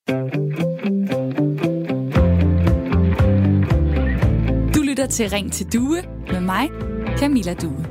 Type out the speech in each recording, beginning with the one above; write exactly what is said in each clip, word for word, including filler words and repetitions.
Du lytter til Ring til Due med mig, Camilla Due.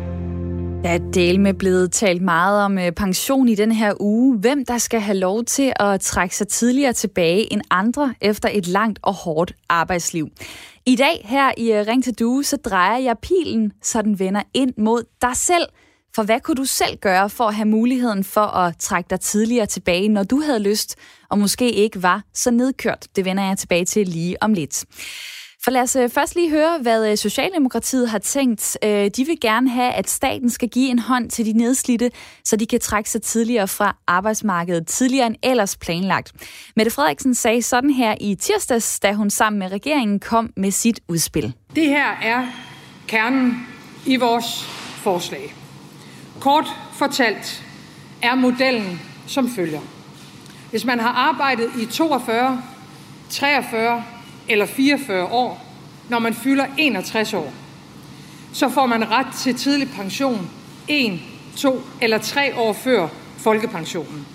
Der er del med blevet talt meget om pension i den her uge. Hvem der skal have lov til at trække sig tidligere tilbage end andre efter et langt og hårdt arbejdsliv. I dag her i Ring til Due, så drejer jeg pilen, så den vender ind mod dig selv. For hvad kunne du selv gøre for at have muligheden for at trække dig tidligere tilbage, når du havde lyst, og måske ikke var så nedkørt? Det vender jeg tilbage til lige om lidt. For lad os først lige høre, hvad Socialdemokratiet har tænkt. De vil gerne have, at staten skal give en hånd til de nedslidte, så de kan trække sig tidligere fra arbejdsmarkedet, tidligere end ellers planlagt. Mette Frederiksen sagde sådan her i tirsdags, da hun sammen med regeringen kom med sit udspil. Det her er kernen i vores forslag. Kort fortalt er modellen som følger. Hvis man har arbejdet i toogfyrre, treogfyrre eller fireogfyrre år, når man fylder enogtres år, så får man ret til tidlig pension en, to eller tre år før folkepensionen.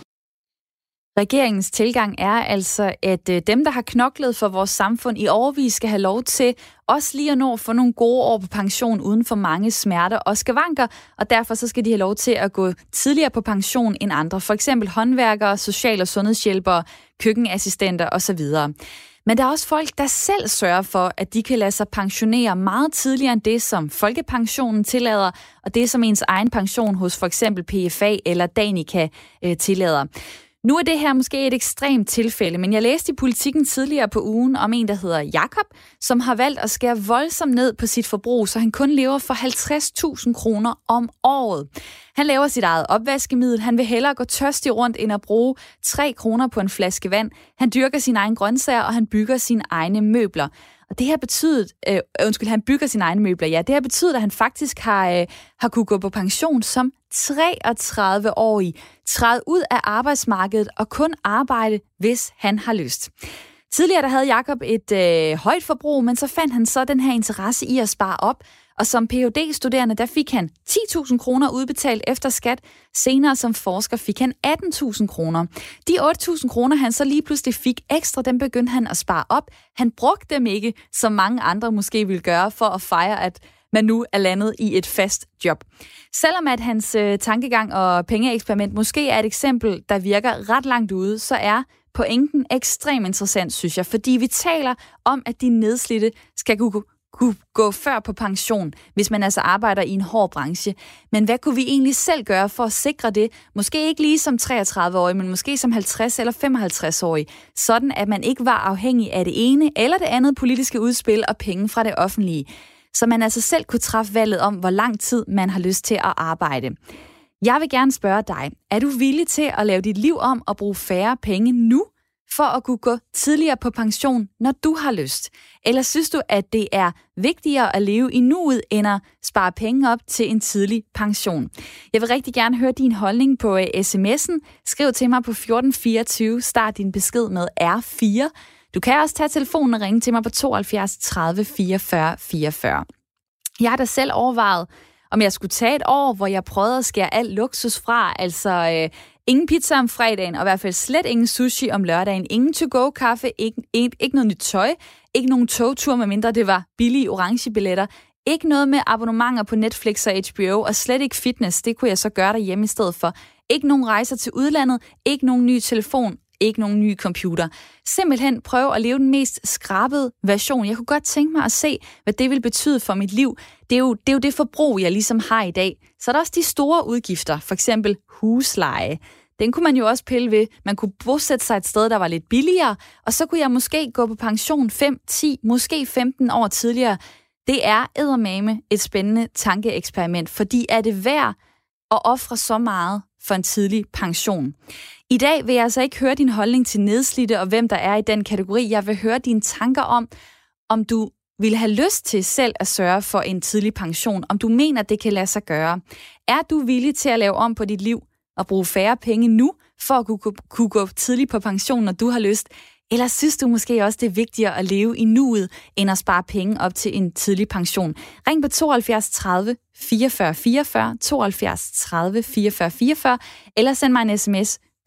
Regeringens tilgang er altså, at dem, der har knoklet for vores samfund i årevis, skal have lov til også lige at nå at få nogle gode år på pension uden for mange smerter og skavanker, og derfor så skal de have lov til at gå tidligere på pension end andre. For eksempel håndværkere, social- og sundhedshjælpere, køkkenassistenter osv. Men der er også folk, der selv sørger for, at de kan lade sig pensionere meget tidligere end det, som folkepensionen tillader, og det, som ens egen pension hos for eksempel P F A eller Danica øh, tillader. Nu er det her måske et ekstremt tilfælde, men jeg læste i Politikken tidligere på ugen om en, der hedder Jakob, som har valgt at skære voldsomt ned på sit forbrug, så han kun lever for halvtreds tusind kroner om året. Han laver sit eget opvaskemiddel. Han vil hellere gå tørstig rundt end at bruge tre kroner på en flaske vand. Han dyrker sine egne grøntsager, og han bygger sine egne møbler. Og det her betyder, øh, undskyld, han bygger sine egne møbler, ja, det her betyder, at han faktisk har, øh, har kunne gå på pension som treogtredive-årig, træde ud af arbejdsmarkedet og kun arbejde, hvis han har lyst. Tidligere der havde Jakob et øh, højt forbrug, men så fandt han så den her interesse i at spare op, og som P H D-studerende, der fik han ti tusind kroner udbetalt efter skat. Senere som forsker fik han atten tusind kroner. De otte tusind kroner, han så lige pludselig fik ekstra, dem begyndte han at spare op. Han brugte dem ikke, som mange andre måske ville gøre, for at fejre, at man nu er landet i et fast job. Selvom at hans øh, tankegang og pengeeksperiment måske er et eksempel, der virker ret langt ude, så er pointen ekstremt interessant, synes jeg, fordi vi taler om, at de nedslidte skal kunne kunne gå før på pension, hvis man altså arbejder i en hård branche. Men hvad kunne vi egentlig selv gøre for at sikre det? Måske ikke lige som treogtredive-årig, men måske som halvtreds- eller femoghalvtreds-årig. Sådan at man ikke var afhængig af det ene eller det andet politiske udspil og penge fra det offentlige. Så man altså selv kunne træffe valget om, hvor lang tid man har lyst til at arbejde. Jeg vil gerne spørge dig, er du villig til at lave dit liv om og bruge færre penge nu, for at kunne gå tidligere på pension, når du har lyst? Eller synes du, at det er vigtigere at leve i nuet, end at spare penge op til en tidlig pension? Jeg vil rigtig gerne høre din holdning på sms'en. Skriv til mig på fjorten fireogtyve. Start din besked med R fire. Du kan også tage telefonen og ringe til mig på tooghalvfjerds tredive fireogfyrre fireogfyrre. Jeg har da selv overvejet, om jeg skulle tage et år, hvor jeg prøvede at skære al luksus fra, altså øh, ingen pizza om fredagen, og i hvert fald slet ingen sushi om lørdagen, ingen to-go-kaffe, ikke, ikke, ikke noget nyt tøj, ikke nogen togtur, medmindre det var billige orange billetter, ikke noget med abonnementer på Netflix og H B O, og slet ikke fitness, det kunne jeg så gøre derhjemme i stedet for. Ikke nogen rejser til udlandet, ikke nogen ny telefon, ikke nogen ny computer. Simpelthen prøve at leve den mest skrabede version. Jeg kunne godt tænke mig at se, hvad det vil betyde for mit liv. Det er jo det, er jo det forbrug, jeg ligesom har i dag. Så er der også de store udgifter, for eksempel husleje. Den kunne man jo også pille ved. Man kunne bosætte sig et sted, der var lidt billigere, og så kunne jeg måske gå på pension fem, ti, måske femten år tidligere. Det er eddermame et spændende tankeeksperiment, fordi er det værd at ofre så meget for en tidlig pension? I dag vil jeg altså ikke høre din holdning til nedslidte og hvem der er i den kategori. Jeg vil høre dine tanker om, om du ville have lyst til selv at sørge for en tidlig pension, om du mener, det kan lade sig gøre. Er du villig til at lave om på dit liv og bruge færre penge nu, for at kunne, kunne gå tidligt på pension, når du har lyst? Eller synes du måske også, det er vigtigere at leve i nuet, end at spare penge op til en tidlig pension? Ring på tooghalvfjerds tredive fireogfyrre fireogfyrre, tooghalvfjerds tredive fireogfyrre fireogfyrre, eller send mig en sms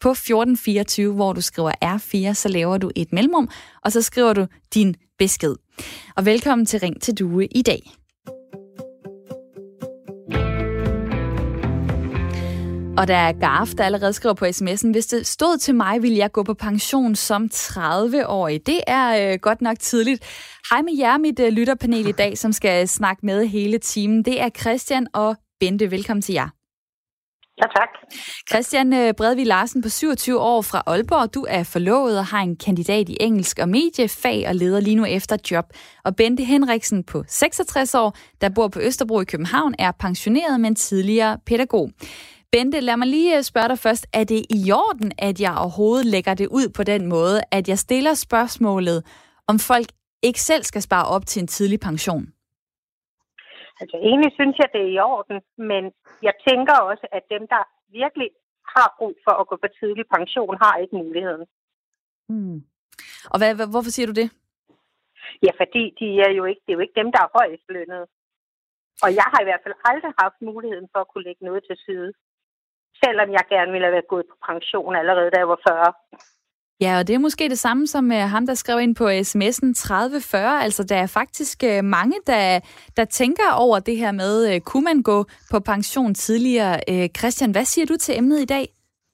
på fjorten fireogtyve, hvor du skriver R fire, så laver du et mellemrum, og så skriver du din besked. Og velkommen til Ring til Due i dag. Og der er Garf, der allerede skriver på sms'en, hvis det stod til mig, ville jeg gå på pension som tredive-årig. Det er øh, godt nok tidligt. Hej med jer, mit øh, lytterpanel i dag, som skal snakke med hele timen. Det er Christian og Bente. Velkommen til jer. Ja, tak. Christian øh, Bredvig Larsen på syvogtyve år fra Aalborg. Du er forlovet og har en kandidat i engelsk og mediefag og leder lige nu efter job. Og Bente Henriksen på seksogtres år, der bor på Østerbro i København, er pensioneret, men tidligere pædagog. Bente, lad mig lige spørge dig først. Er det i orden, at jeg overhovedet lægger det ud på den måde, at jeg stiller spørgsmålet, om folk ikke selv skal spare op til en tidlig pension? Altså egentlig synes jeg, det er i orden, men jeg tænker også, at dem, der virkelig har brug for at gå på tidlig pension, har ikke muligheden. Hmm. Og hvad, hvorfor siger du det? Ja, fordi de er jo ikke, det er jo ikke dem, der er højst lønnet. Og jeg har i hvert fald aldrig haft muligheden for at kunne lægge noget til side. Selvom jeg gerne ville have været gået på pension allerede, da jeg var fyrre. Ja, og det er måske det samme som ham, der skrev ind på sms'en tredive fyrre. Altså, der er faktisk mange, der, der tænker over det her med, kunne man gå på pension tidligere? Christian, hvad siger du til emnet i dag?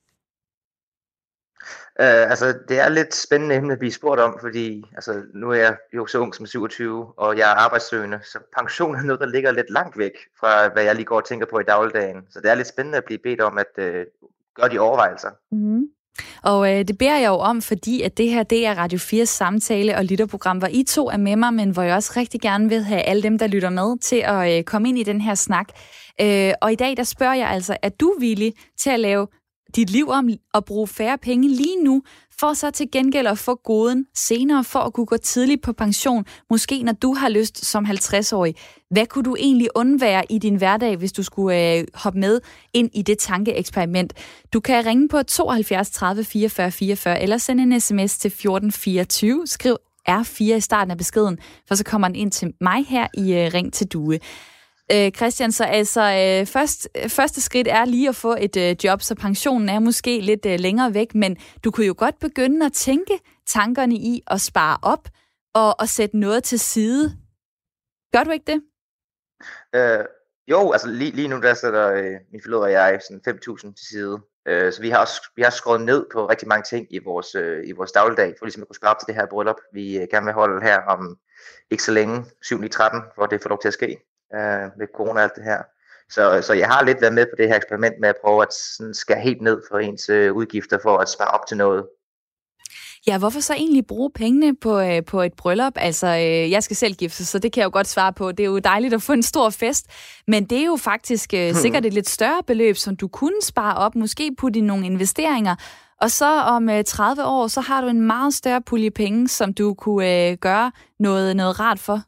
Uh, altså, det er lidt spændende emne at blive spurgt om, fordi altså, nu er jeg jo så ung som syvogtyve, og jeg er arbejdssøgende, så pension er noget, der ligger lidt langt væk fra, hvad jeg lige går og tænker på i dagligdagen. Så det er lidt spændende at blive bedt om at uh, gøre de overvejelser. Mm. Og øh, det beder jeg jo om, fordi at det her, det er Radio fires samtale- og lytterprogram, hvor I to er med mig, men hvor jeg også rigtig gerne vil have alle dem, der lytter med, til at øh, komme ind i den her snak. Øh, og i dag, der spørger jeg altså, er du villig til at lave dit liv om at bruge færre penge lige nu, for så til gengæld at få goden senere, for at kunne gå tidligt på pension, måske når du har lyst som halvtreds-årig. Hvad kunne du egentlig undvære i din hverdag, hvis du skulle øh, hoppe med ind i det tankeeksperiment? Du kan ringe på tooghalvfjerds tredive fireogfyrre fireogfyrre, eller sende en sms til fjorten fireogtyve. Skriv R fire i starten af beskeden, for så kommer den ind til mig her i øh, Ring til Due. Øh, Christian, så altså øh, først, første skridt er lige at få et øh, job, så pensionen er måske lidt øh, længere væk, men du kunne jo godt begynde at tænke tankerne i at spare op og, og sætte noget til side. Gør du ikke det? Øh, jo, altså lige, lige nu der sætter øh, min forlovede og jeg sådan fem tusind til side. Øh, så vi har også vi har skåret ned på rigtig mange ting i vores, øh, i vores dagligdag, for ligesom at kunne spare op til det her bryllup, vi øh, gerne vil holde her om ikke så længe, syv ni tretten, hvor det får lov til at ske. Øh, med corona og alt det her. Så, så jeg har lidt været med på det her eksperiment med at prøve at sådan, skære helt ned for ens øh, udgifter for at spare op til noget. Ja, hvorfor så egentlig bruge pengene på, øh, på et bryllup? Altså, øh, jeg skal selv gifte, så det kan jeg jo godt svare på. Det er jo dejligt at få en stor fest, men det er jo faktisk øh, hmm. sikkert et lidt større beløb, som du kunne spare op, måske putte i nogle investeringer, og så om øh, tredive år, så har du en meget større pulje penge, som du kunne øh, gøre noget, noget rart for.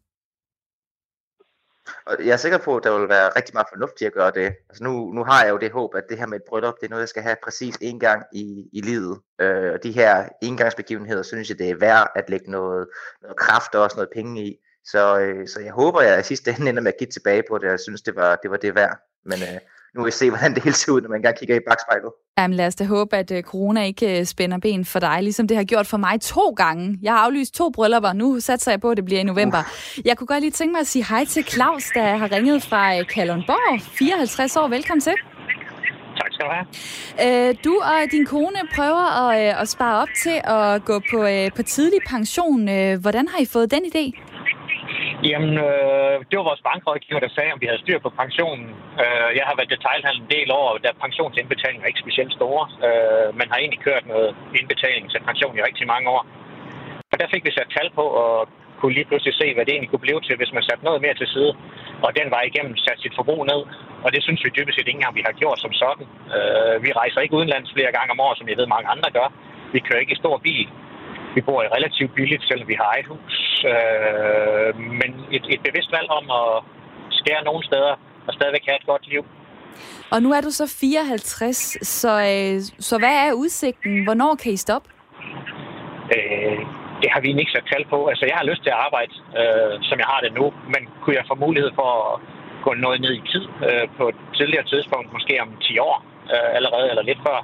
Og jeg er sikker på, at der vil være rigtig meget fornuftigt at gøre det. Altså nu, nu har jeg jo det håb, at det her med et bryllup, det er noget, jeg skal have præcis én gang i, i livet. Øh, og de her engangsbegivenheder, synes jeg, det er værd at lægge noget, noget kraft og også noget penge i. Så, øh, så jeg håber, at jeg i sidste ende ender med at give tilbage på det, og jeg synes, det var det, var det værd. Men øh, nu vil vi se, hvordan det hele ser ud, når man engang kigger i bagspejlet. Jamen lad os da håbe, at uh, corona ikke uh, spænder ben for dig, ligesom det har gjort for mig to gange. Jeg har aflyst to bryllupper, nu satser jeg på, at det bliver i november. Uh. Jeg kunne godt lige tænke mig at sige hej til Claus, der har ringet fra uh, Kalundborg, fireoghalvtreds år. Velkommen til. Tak skal du have. Uh, du og din kone prøver at, uh, at spare op til at gå på, uh, på tidlig pension. Uh, hvordan har I fået den idé? Jamen, øh, det var vores bankrådgiver, der sagde, om vi havde styr på pensionen. Øh, jeg har været detailhandel en del år, der pensionsindbetalinger er ikke specielt store. Øh, man har egentlig kørt noget indbetaling til pension i rigtig mange år. Og der fik vi sat tal på og kunne lige pludselig se, hvad det egentlig kunne blive til, hvis man satte noget mere til side. Og den var igennem sat sit forbrug ned. Og det synes vi dybest set ikke engang, vi har gjort som sådan. Øh, vi rejser ikke udenlands flere gange om året, som jeg ved mange andre gør. Vi kører ikke i stor bil. Vi bor i relativt billigt, selvom vi har eget hus. Øh, men et, et bevidst valg om at skære nogle steder og stadigvæk have et godt liv. Og nu er du så fireoghalvtreds, så, øh, så hvad er udsigten? Hvornår kan I stoppe? Øh, det har vi ikke sat tal på. Altså, jeg har lyst til at arbejde, øh, som jeg har det nu, men kunne jeg få mulighed for at gå noget ned i tid øh, på et tidligere tidspunkt, måske om ti år øh, allerede, eller lidt før,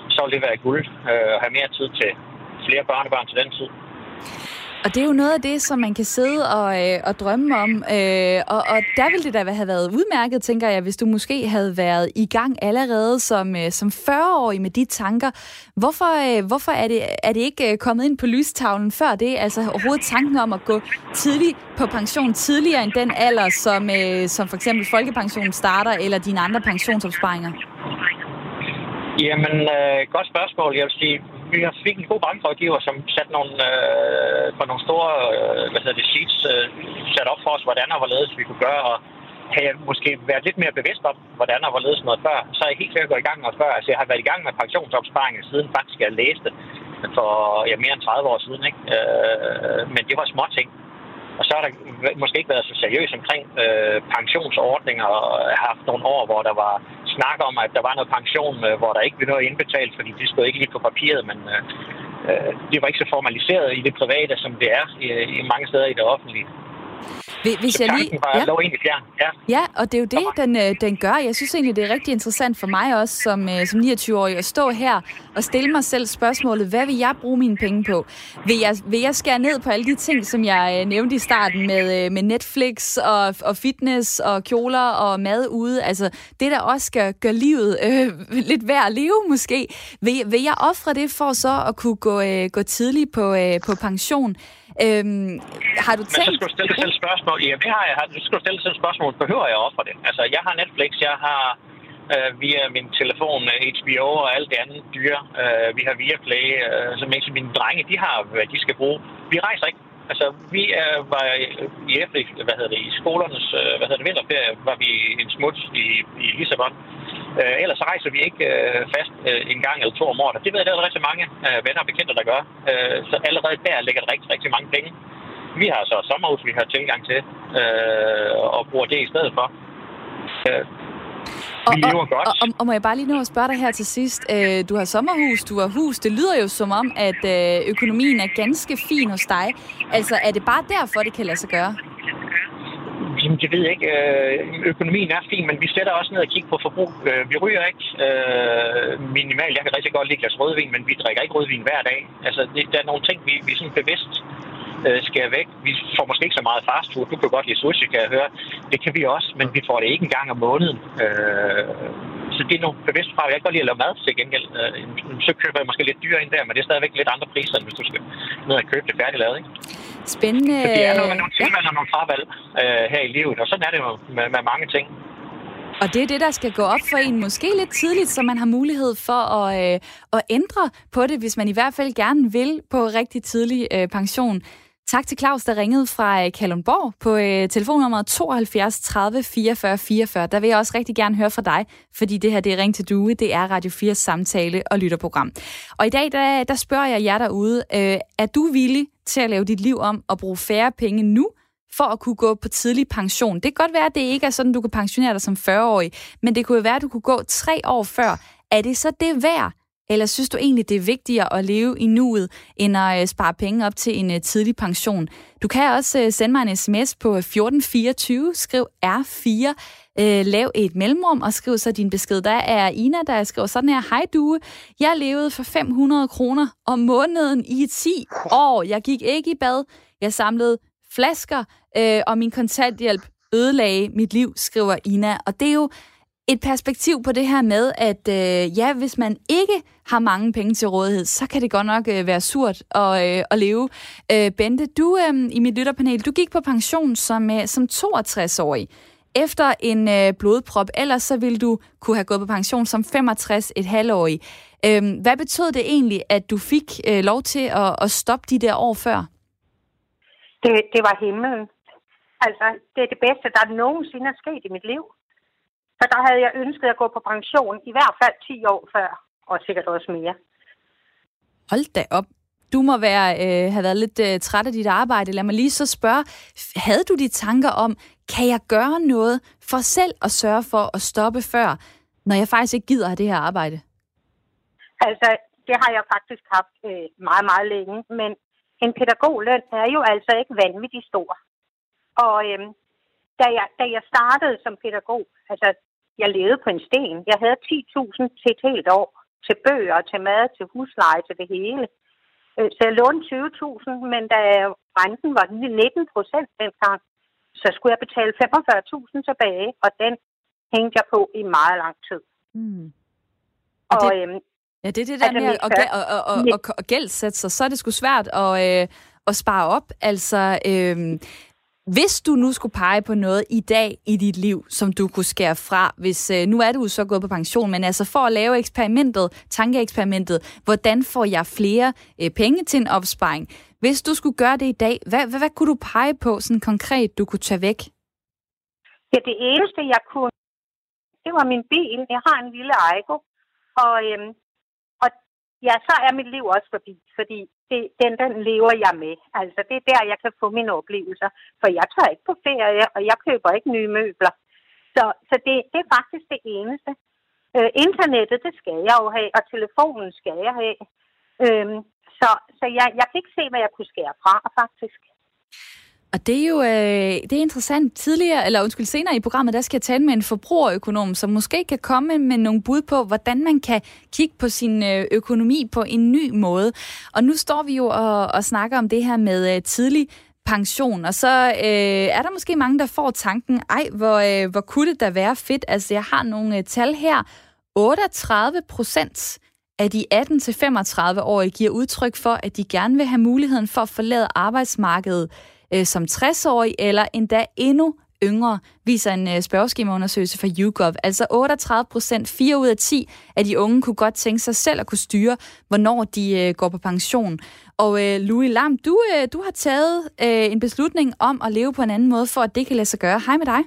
så vil det være guld øh, at have mere tid til flere børnebørn til den tid. Og det er jo noget af det, som man kan sidde og, øh, og drømme om. Øh, og, og der ville det da have været udmærket, tænker jeg, hvis du måske havde været i gang allerede som, øh, som fyrre-årig med de tanker. Hvorfor, øh, hvorfor er, det, er det ikke kommet ind på lystavlen før det? Altså overhovedet tanken om at gå tidligt på pension, tidligere end den alder, som, øh, som for eksempel folkepensionen starter, eller dine andre pensionsopsparinger? Jamen, øh, godt spørgsmål. Jeg vil sige, vi har fik en god bankrådgiver, som satte nogle, øh, på nogle store øh, hvad hedder det, sheets øh, sat op for os, hvordan og hvorledes vi kunne gøre, og havde jeg måske været lidt mere bevidst om, hvordan og hvorledes noget før, så er jeg helt sikkert gået i gang med før. Altså, jeg har været i gang med pensionsopsparinger siden faktisk jeg læste for ja, mere end tredive år siden, ikke? Øh, men det var småting. Og så har der måske ikke været så seriøst omkring øh, pensionsordninger, og jeg har haft nogle år, hvor der var snak om, at der var noget pension, øh, hvor der ikke blev noget indbetalt, fordi det stod ikke lige på papiret, men øh, det var ikke så formaliseret i det private, som det er i, i mange steder i det offentlige. Hvis så jeg tanken lige... var ja. lov egentlig fjern. Ja. ja, og det er jo det, den, den gør. Jeg synes egentlig, det er rigtig interessant for mig også, som, som niogtyve-årig, at stå her og stille mig selv spørgsmålet, hvad vil jeg bruge mine penge på? Vil jeg, vil jeg skære ned på alle de ting, som jeg nævnte i starten med, med Netflix og, og fitness og kjoler og mad ude? Altså det, der også skal gøre livet øh, lidt værd at leve måske. Vil, vil jeg ofre det for så at kunne gå, øh, gå tidligt på, øh, på pension? Øhm, har du tænkt... Men så skal du stille dig selv spørgsmål. Ja, det har jeg. Så skal du stille dig selv spørgsmål. Behøver jeg at ofre det? Altså, jeg har Netflix, jeg har øh, via min telefon H B O og alt det andet dyre. Øh, vi har Viaplay, øh, som ikke mine drenge, de har, hvad de skal bruge. Vi rejser ikke. Altså, vi øh, var i efter, hvad hedder det, i skolernes, øh, hvad hedder det, vinterferie, var vi en smut i, i Lissabon. Øh, ellers så rejser vi ikke øh, fast øh, en gang eller to om året. Det ved jeg, der er rigtig mange øh, venner og bekendte, der gør. Øh, så allerede der ligger der rigtig, rigtig mange penge. Vi har så sommerhus, vi har tilgang til, øh, og bruger det i stedet for. Øh, og, vi lever og, godt. Og, og, og må jeg bare lige nå at spørge dig her til sidst. Øh, du har sommerhus, du har hus. Det lyder jo som om, at øh, økonomien er ganske fin hos dig. Altså, er det bare derfor, det kan lade sig gøre? Jamen, det ved jeg ikke. Økonomien er fin, men vi sætter også ned og kigger på forbrug. Vi ryger ikke øh, minimalt. Jeg kan rigtig godt lide glas rødvin, men vi drikker ikke rødvin hver dag. Altså, det, der er nogle ting, vi, vi sådan bevidst øh, skærer væk. Vi får måske ikke så meget fast food. Du kan godt lide sushi, kan jeg høre. Det kan vi også, men vi får det ikke en gang om måneden. Øh, så det er nogle bevidst fra. Jeg kan godt lide at lave mad til gengæld. Øh, så køber jeg måske lidt dyre ind der, men det er stadigvæk lidt andre priser, end hvis du skal ned og købe det færdiglavet, ikke? Spændende. Så det er noget med nogle tilvalg og nogle fravalg øh, her i livet, og sådan er det jo med, med mange ting. Og det er det, der skal gå op for en måske lidt tidligt, så man har mulighed for at, øh, at ændre på det, hvis man i hvert fald gerne vil på rigtig tidlig øh, pension. Tak til Claus, der ringede fra Kalundborg på øh, telefonnummeret tooghalvfjerds tredive fireogfyrre fireogfyrre. Der vil jeg også rigtig gerne høre fra dig, fordi det her det er Ring til Due, det er Radio fires samtale- og lytterprogram. Og i dag, der, der spørger jeg jer derude, øh, er du villig til at lave dit liv om og bruge færre penge nu, for at kunne gå på tidlig pension? Det kan godt være, at det ikke er sådan, du kan pensionere dig som fyrre-årig, men det kunne jo være, at du kunne gå tre år før. Er det så det værd? Eller synes du egentlig, det er vigtigere at leve i nuet, end at spare penge op til en tidlig pension? Du kan også sende mig en sms på fjorten fireogtyve, skriv R fire, lav et mellemrum og skriv så din besked. Der er Ina, der skriver sådan her: Hej Due, jeg levede for fem hundrede kroner om måneden i ti år. Jeg gik ikke i bad, jeg samlede flasker, og min kontanthjælp ødelagde mit liv, skriver Ina. Og det er jo et perspektiv på det her med, at øh, ja, hvis man ikke har mange penge til rådighed, så kan det godt nok øh, være surt at, øh, at leve. Øh, Bente, du øh, i mit lytterpanel, du gik på pension som, øh, som toogtres-årig efter en øh, blodprop. Ellers så ville du kunne have gået på pension som femogtres et halvårig. Øh, hvad betød det egentlig, at du fik øh, lov til at, at stoppe de der år før? Det, det var himlen. Altså, det er det bedste, der nogensinde er sket i mit liv. For der havde jeg ønsket at gå på pension i hvert fald ti år før, og sikkert også mere. Hold da op. Du må være, øh, have været lidt øh, træt af dit arbejde. Lad mig lige så spørge, havde du de tanker om, kan jeg gøre noget for selv at sørge for at stoppe før, når jeg faktisk ikke gider have det her arbejde? Altså, det har jeg faktisk haft øh, meget, meget længe, men en pædagogløn er jo altså ikke vanvittigt stor. Og øh, da, jeg, da jeg startede som pædagog, altså jeg levede på en sten. Jeg havde ti tusind til et helt år. til bøger, til mad, til husleje, til det hele. Så jeg lånte tyve tusind, men da renten var nitten procent dengang, så skulle jeg betale femogfyrre tusind tilbage, og den hængte jeg på i meget lang tid. Mm. Og, og det, øhm, ja, det er det der altså med at, at, at, at, at, at, at gældsætte sig, så er det sgu svært at, øh, at spare op. Altså, øh, hvis du nu skulle pege på noget i dag i dit liv, som du kunne skære fra, hvis øh, nu er du så gået på pension, men altså for at lave eksperimentet, tankeeksperimentet, hvordan får jeg flere øh, penge til en opsparing? Hvis du skulle gøre det i dag, hvad, hvad, hvad kunne du pege på sådan konkret, du kunne tage væk? Ja, det eneste, jeg kunne, det var min bil. Jeg har en lille Aygo, og, øhm, og ja, så er mit liv også forbi, fordi det, den, den lever jeg med. Altså, det er der, jeg kan få mine oplevelser, for jeg tager ikke på ferie, og jeg køber ikke nye møbler. Så, så det, det er faktisk det eneste. Øh, internettet, det skal jeg jo have, og telefonen skal jeg have. Øhm, så så jeg, jeg kan ikke se, hvad jeg kunne skære fra, faktisk. Og det er jo øh, det er interessant. Tidligere, eller undskyld, senere i programmet, der skal jeg tale med en forbrugerøkonom, som måske kan komme med nogle bud på, hvordan man kan kigge på sin økonomi på en ny måde. Og nu står vi jo og, og snakker om det her med øh, tidlig pension, og så øh, er der måske mange, der får tanken, ej, hvor, øh, hvor kunne det da være fedt. Altså, jeg har nogle øh, tal her. otteogtredive procent af de atten til femogtredive-årige giver udtryk for, at de gerne vil have muligheden for at forlade arbejdsmarkedet øh, som tres-årig eller endda endnu yngre, viser en øh, spørgeskemaundersøgelse fra YouGov. Altså otteogtredive procent, fire ud af ti af de unge kunne godt tænke sig selv at kunne styre, hvornår de øh, går på pension. Og øh, Louis Lam, du, øh, du har taget øh, en beslutning om at leve på en anden måde, for at det kan lade sig gøre. Hej med dig.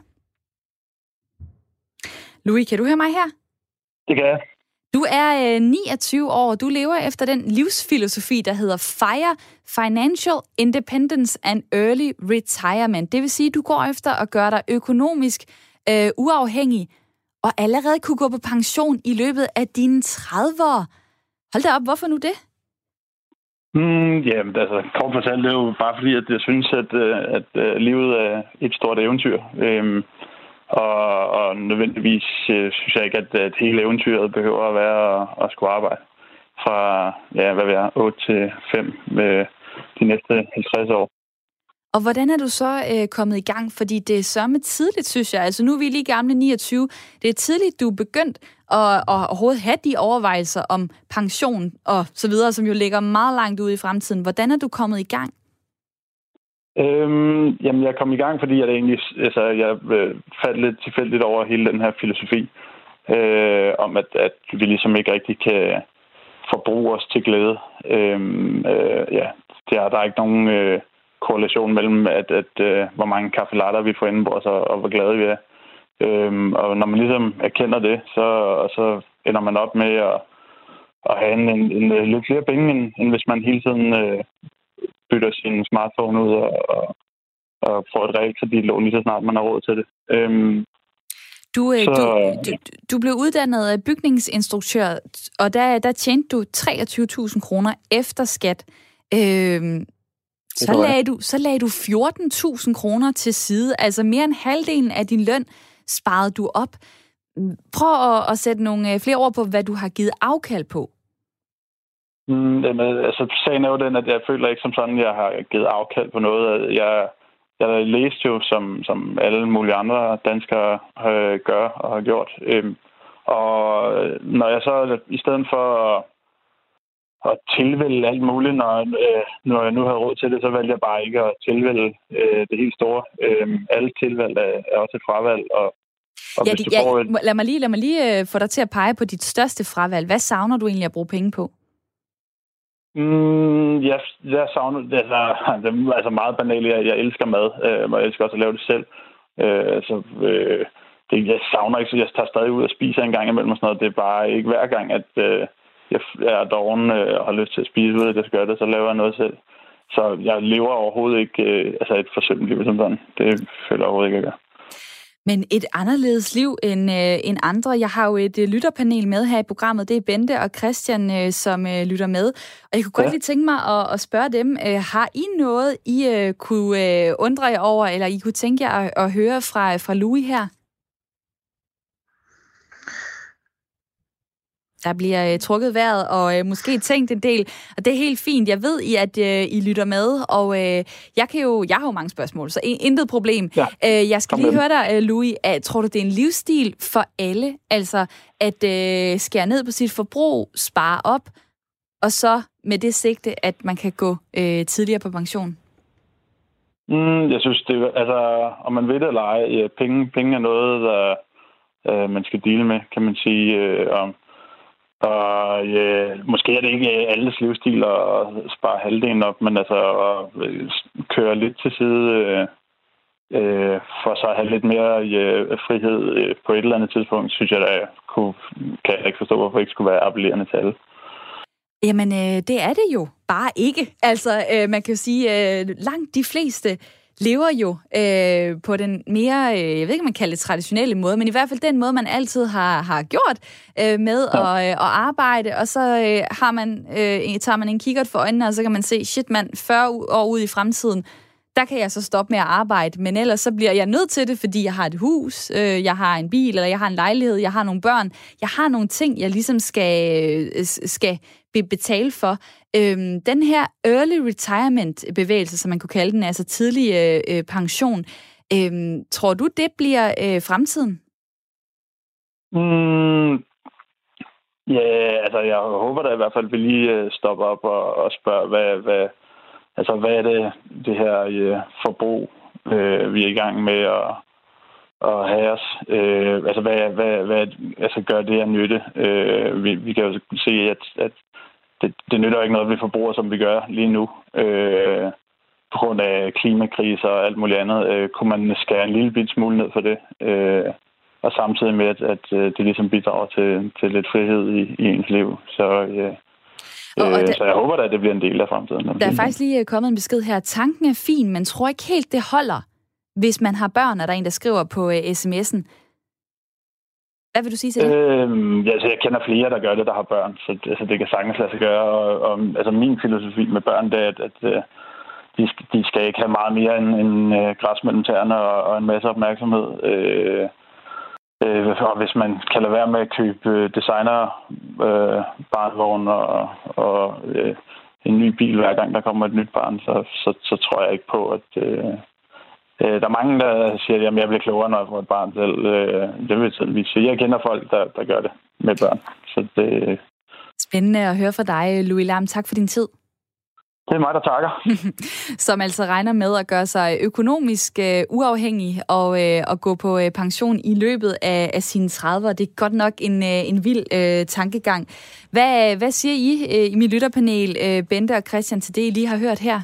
Louis, kan du høre mig her? Det kan jeg. Du er øh, niogtyve år, og du lever efter den livsfilosofi, der hedder FIRE, Financial Independence and Early Retirement. Det vil sige, at du går efter at gøre dig økonomisk øh, uafhængig, og allerede kunne gå på pension i løbet af dine tredive år. Hold da op, hvorfor nu det? Mm, jamen, altså, kort fortalt, det er jo bare fordi, at jeg synes, at, at, at livet er et stort eventyr. Øhm, Og, og nødvendigvis øh, synes jeg ikke, at, at hele eventyret behøver at være at, at skulle arbejde fra, ja, hvad ved jeg, otte til fem med de næste halvtreds år. Og hvordan er du så øh, kommet i gang? Fordi det er sørme tidligt, synes jeg. Altså nu er vi lige gamle niogtyve. Det er tidligt, du er begyndt at, at overhovedet have de overvejelser om pension og så videre, som jo ligger meget langt ude i fremtiden. Hvordan er du kommet i gang? Øhm, jamen, jeg kom i gang, fordi jeg egentlig, altså, jeg øh, faldt lidt tilfældigt over hele den her filosofi øh, om, at, at vi ligesom ikke rigtig kan forbruge os til glæde. Øhm, øh, ja, der, der er ikke nogen øh, korrelation mellem, at, at øh, hvor mange kaffe latter vi får indenbords, og, og hvor glade vi er. Øhm, og når man ligesom erkender det, så, så ender man op med at, at have en, en, en, en lidt flere penge, end, end hvis man hele tiden Øh, bytter sin smartphone ud og, og, og får et realkreditlån lige så snart man har råd til det. Øhm, du, så, du, du, du blev uddannet bygningsinstruktør, og der, der tjente du treogtyve tusind kroner efter skat. Øhm, så, lagde du, så lagde du fjorten tusind kroner til side, altså mere end halvdelen af din løn sparede du op. Prøv at, at sætte nogle flere ord på, hvad du har givet afkald på. Mm, altså, sagen er jo den, at jeg føler ikke som sådan, jeg har givet afkald på noget. Jeg, jeg læste jo, som, som alle mulige andre danskere øh, gør og har gjort. Øhm, og når jeg så, i stedet for at, at tilvælge alt muligt, når, øh, når jeg nu har råd til det, så valgte jeg bare ikke at tilvælge øh, det helt store. Øhm, alle tilvalg er, er også et fravalg. Og, og ja, hvis det, du får ja, et... lad mig lige, lad mig lige få dig til at pege på dit største fravalg. Hvad savner du egentlig at bruge penge på? Mm, jeg, jeg savner, altså, det er altså meget banalt, jeg, jeg elsker mad, øh, og jeg elsker også at lave det selv. Øh, altså, øh, det, jeg savner ikke, så jeg tager stadig ud og spiser en gang imellem og sådan noget. Det er bare ikke hver gang, at øh, jeg er doven øh, og har lyst til at spise ud, at jeg skal gøre det, så laver jeg noget selv. Så jeg lever overhovedet ikke øh, altså et forsømt liv som sådan. Det føler jeg overhovedet ikke, at gøre. Men et anderledes liv end, øh, end andre. Jeg har jo et øh, lytterpanel med her i programmet. Det er Bente og Christian, øh, som øh, lytter med. Og jeg kunne godt ja. lige tænke mig at, at spørge dem, øh, har I noget, I øh, kunne øh, undre jer over, eller I kunne tænke jer at, at høre fra, fra Louis her? Der bliver øh, trukket vejret og øh, måske tænkt en del, og det er helt fint. Jeg ved, I, at øh, I lytter med, og øh, jeg kan jo, jeg har jo mange spørgsmål, så intet problem. Ja. Øh, jeg skal lige høre dig, øh, Louis. At, tror du, det er en livsstil for alle? Altså, at øh, skære ned på sit forbrug, spare op, og så med det sigte, at man kan gå øh, tidligere på pension? Mm, jeg synes, det altså, om man ved det eller ej, ja, penge, penge er noget, der øh, man skal dele med, kan man sige, øh, om Og ja, måske er det ikke alles livsstil at spare halvdelen op, men altså at køre lidt til side øh, for så at have lidt mere øh, frihed øh, på et eller andet tidspunkt, synes jeg, der kunne, kan jeg ikke forstå, hvorfor det ikke skulle være appellerende til alle. Jamen, øh, det er det jo bare ikke. Altså, øh, man kan jo sige, øh, langt de fleste lever jo øh, på den mere, øh, jeg ved ikke, om man kalder det traditionelle måde, men i hvert fald den måde, man altid har, har gjort øh, med ja. at, øh, at arbejde, og så øh, har man, øh, tager man en kikkert for øjnene, og så kan man se, shit mand, fyrre år ud i fremtiden, der kan jeg så stoppe med at arbejde, men ellers så bliver jeg nødt til det, fordi jeg har et hus, øh, jeg har en bil, eller jeg har en lejlighed, jeg har nogle børn, jeg har nogle ting, jeg ligesom skal, øh, skal betale for. Øhm, den her early retirement-bevægelse, som man kunne kalde den, altså tidlig øh, pension, øhm, tror du, det bliver øh, fremtiden? Mm, ja, altså jeg håber da i hvert fald, at vi lige stopper op og, og spørger, hvad, hvad, altså, hvad er det, det her øh, forbrug, øh, vi er i gang med at, at have os? Øh, altså, hvad, hvad, hvad altså, gør det af nytte? Øh, vi, vi kan jo se, at, at Det, det nytter ikke noget, vi forbruger, som vi gør lige nu, øh, på grund af klimakriser og alt muligt andet. Øh, kunne man skære en lille bit smule ned for det, øh, og samtidig med, at, at det ligesom bidrager til, til lidt frihed i, i ens liv. Så, øh, og, og der, så jeg håber da, at det bliver en del af fremtiden. Der er faktisk lige kommet en besked her. Tanken er fin, men tror ikke helt, det holder, hvis man har børn, og der er en, der skriver på uh, sms'en. Hvad vil du sige til det? Øhm, ja, altså, jeg kender flere, der gør det, der har børn, så altså, det kan sagtens lade sig gøre. Og, og, altså, min filosofi med børn, det er, at, at de, de skal ikke have meget mere end, end uh, græs mellem tæerne og, og en masse opmærksomhed. Øh, øh, og hvis man kan lade være med at købe designer øh, barnvogn og, og øh, en ny bil, hver gang der kommer et nyt barn, så, så, så tror jeg ikke på, at... Øh, Der er mange, der siger, at jeg bliver klogere, når jeg får et barn selv. Det vil selv vise. Jeg kender folk, der, der gør det med børn. Så det... Spændende at høre fra dig, Louis Lam. Tak for din tid. Det er mig, der takker. Som altså regner med at gøre sig økonomisk uh, uafhængig og, uh, og gå på uh, pension i løbet af, af sine trediver. Det er godt nok en, uh, en vild uh, tankegang. Hvad, hvad siger I uh, i mit lytterpanel, uh, Bente og Christian, til det, I lige har hørt her?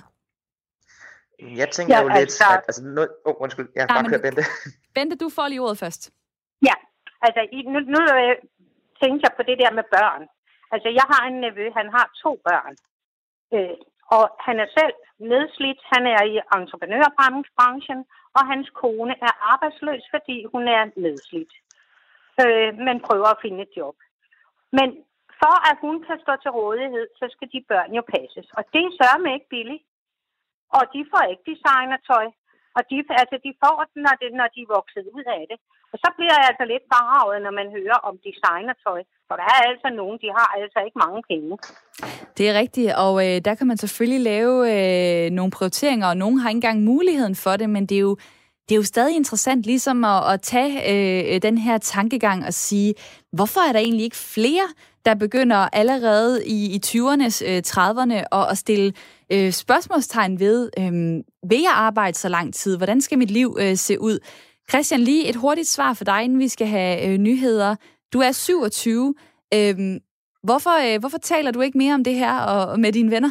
Jeg tænker ja, jo lidt, altså, at... Altså, nu, oh, undskyld, jeg har bare kørt Bente. Bente, du får lige ordet først. Ja, altså nu, nu tænker jeg på det der med børn. Altså jeg har en nevø, han har to børn. Øh, og han er selv nedslidt, han er i entreprenørbranchen, og hans kone er arbejdsløs, fordi hun er nedslidt. Øh, men prøver at finde et job. Men for at hun kan stå til rådighed, så skal de børn jo passes. Og det er sørme ikke billigt. Og de får ikke designertøj. Og de, altså, de får det, når, det, når de er vokset ud af det. Og så bliver jeg altså lidt farvet, når man hører om designertøj. For der er altså nogen, de har altså ikke mange penge. Det er rigtigt, og øh, der kan man selvfølgelig lave øh, nogle prioriteringer, og nogen har ikke engang muligheden for det, men det er jo, det er jo stadig interessant ligesom at, at tage øh, den her tankegang og sige, hvorfor er der egentlig ikke flere, der begynder allerede i, i tyverne, øh, trediverne og at stille øh, spørgsmålstegn ved, øh, vil jeg arbejde så lang tid? Hvordan skal mit liv øh, se ud? Christian, lige et hurtigt svar for dig, inden vi skal have øh, nyheder. Du er syvogtyve. Øh, hvorfor, øh, hvorfor taler du ikke mere om det her og, og med dine venner?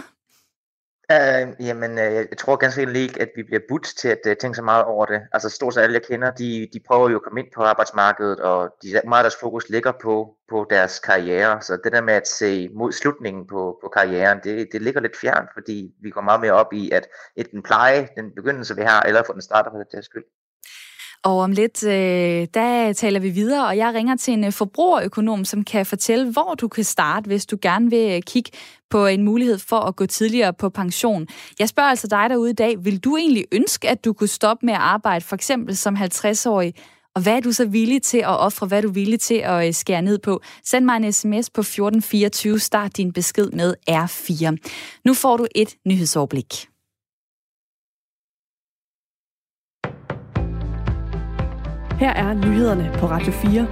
Uh, jamen, uh, jeg tror ganske enkelt at vi bliver budt til at uh, tænke så meget over det. Altså stort set alle, jeg kender, de, de prøver jo at komme ind på arbejdsmarkedet, og de, meget af deres fokus ligger på, på deres karriere. Så det der med at se mod slutningen på, på karrieren, det, det ligger lidt fjernt, fordi vi går meget mere op i at enten pleje den begyndelse, vi har, eller få den starter på det skyld. Og om lidt, øh, der taler vi videre, og jeg ringer til en forbrugerøkonom, som kan fortælle, hvor du kan starte, hvis du gerne vil kigge på en mulighed for at gå tidligere på pension. Jeg spørger altså dig derude i dag, vil du egentlig ønske, at du kunne stoppe med at arbejde, for eksempel som halvtreds-årig, Og hvad er du så villig til at ofre? Hvad er du villig til at skære ned på? Send mig en sms på fjorten fireogtyve. Start din besked med R fire. Nu får du et nyhedsoverblik. Her er nyhederne på Radio fire.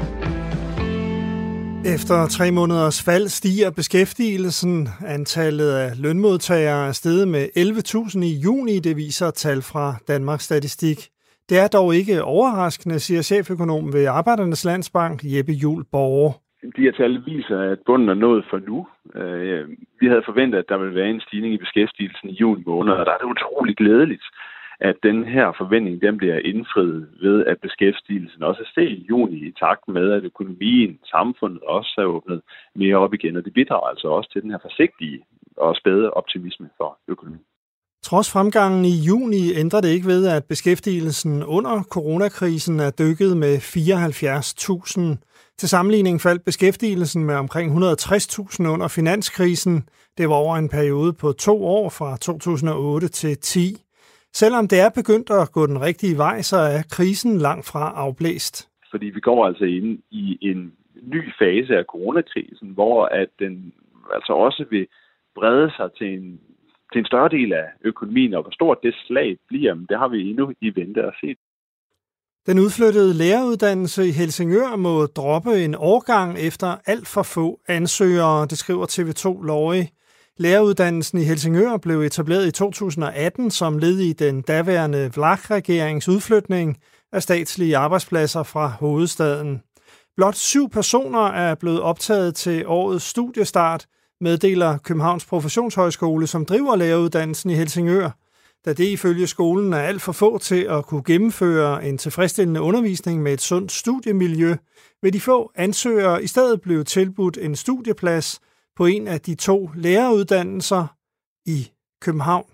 Efter tre måneders fald stiger beskæftigelsen. Antallet af lønmodtagere er steget med elleve tusind i juni, det viser tal fra Danmarks Statistik. Det er dog ikke overraskende, siger cheføkonom ved Arbejdernes Landsbank, Jeppe Juhl Borge. De her tal viser, at bunden er nået for nu. Vi havde forventet, at der ville være en stigning i beskæftigelsen i juni måned, og der er det utroligt glædeligt, at den her forventning den bliver indfriet ved, at beskæftigelsen også er steget i juni i takt med, at økonomien, samfundet også er åbnet mere op igen, og det bidrager altså også til den her forsigtige og spæde optimisme for økonomien. Trods fremgangen i juni ændrer det ikke ved, at beskæftigelsen under coronakrisen er dykket med fireoghalvfjerds tusind. Til sammenligning faldt beskæftigelsen med omkring et hundrede og tres tusind under finanskrisen. Det var over en periode på to år fra to tusind og otte til ti. Selvom det er begyndt at gå den rigtige vej, så er krisen langt fra afblæst. Fordi vi går altså ind i en ny fase af coronakrisen, hvor at den altså også vil brede sig til en, til en større del af økonomien, og hvor stort det slag bliver, det har vi endnu i vente at se. Den udflyttede læreruddannelse i Helsingør må droppe en årgang efter alt for få ansøgere, det skriver T V to Lorry. Læreruddannelsen i Helsingør blev etableret i to tusind og atten som led i den daværende V L A K-regerings udflytning af statslige arbejdspladser fra hovedstaden. Blot syv personer er blevet optaget til årets studiestart, meddeler Københavns Professionshøjskole, som driver læreruddannelsen i Helsingør. Da det ifølge skolen er alt for få til at kunne gennemføre en tilfredsstillende undervisning med et sundt studiemiljø, vil de få ansøgere i stedet blive tilbudt en studieplads på en af de to læreruddannelser i København.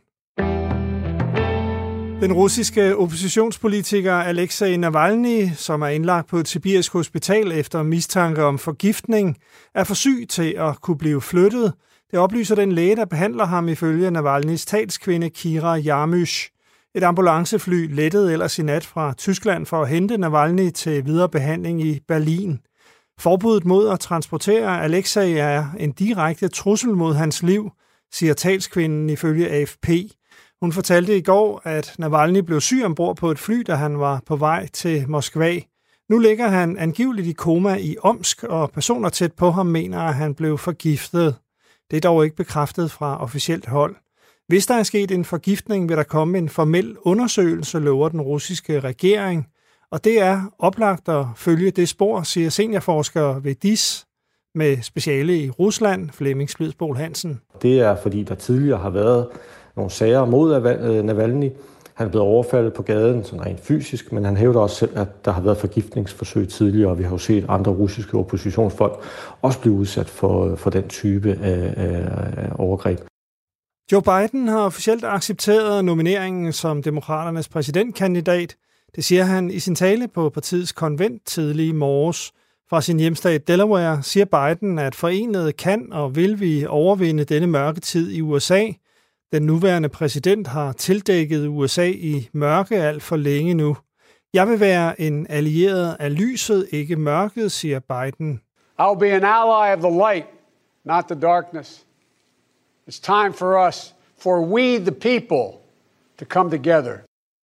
Den russiske oppositionspolitiker Alexei Navalny, som er indlagt på et sibirisk hospital efter mistanke om forgiftning, er for syg til at kunne blive flyttet. Det oplyser den læge, der behandler ham ifølge Navalnys talskvinde Kira Yarmysh. Et ambulancefly lettede ellers i nat fra Tyskland for at hente Navalny til videre behandling i Berlin. Forbuddet mod at transportere Alexei er en direkte trussel mod hans liv, siger talskvinden ifølge A F P. Hun fortalte i går, at Navalny blev syg ombord på et fly, da han var på vej til Moskva. Nu ligger han angiveligt i koma i Omsk, og personer tæt på ham mener, at han blev forgiftet. Det er dog ikke bekræftet fra officielt hold. Hvis der er sket en forgiftning, vil der komme en formel undersøgelse, lover den russiske regering. Og det er oplagt at følge det spor, siger seniorforsker ved D I S med speciale i Rusland, Flemming Splidsbol Hansen. Det er, fordi der tidligere har været nogle sager mod Navalny. Han er blevet overfaldet på gaden, sådan rent fysisk, men han hævder også selv, at der har været forgiftningsforsøg tidligere, og vi har jo set andre russiske oppositionsfolk også blive udsat for, for den type af, af overgreb. Joe Biden har officielt accepteret nomineringen som demokraternes præsidentkandidat. Det siger han i sin tale på partiets konvent tidlig morges. Fra sin hjemstat Delaware siger Biden, at forenet kan og vil vi overvinde denne mørke tid i U S A. Den nuværende præsident har tildækket U S A i mørke alt for længe nu. Jeg vil være en allieret af lyset, ikke mørket, siger Biden. I'll be an ally of the light, not the darkness. It's time for us, for we the people, to come together.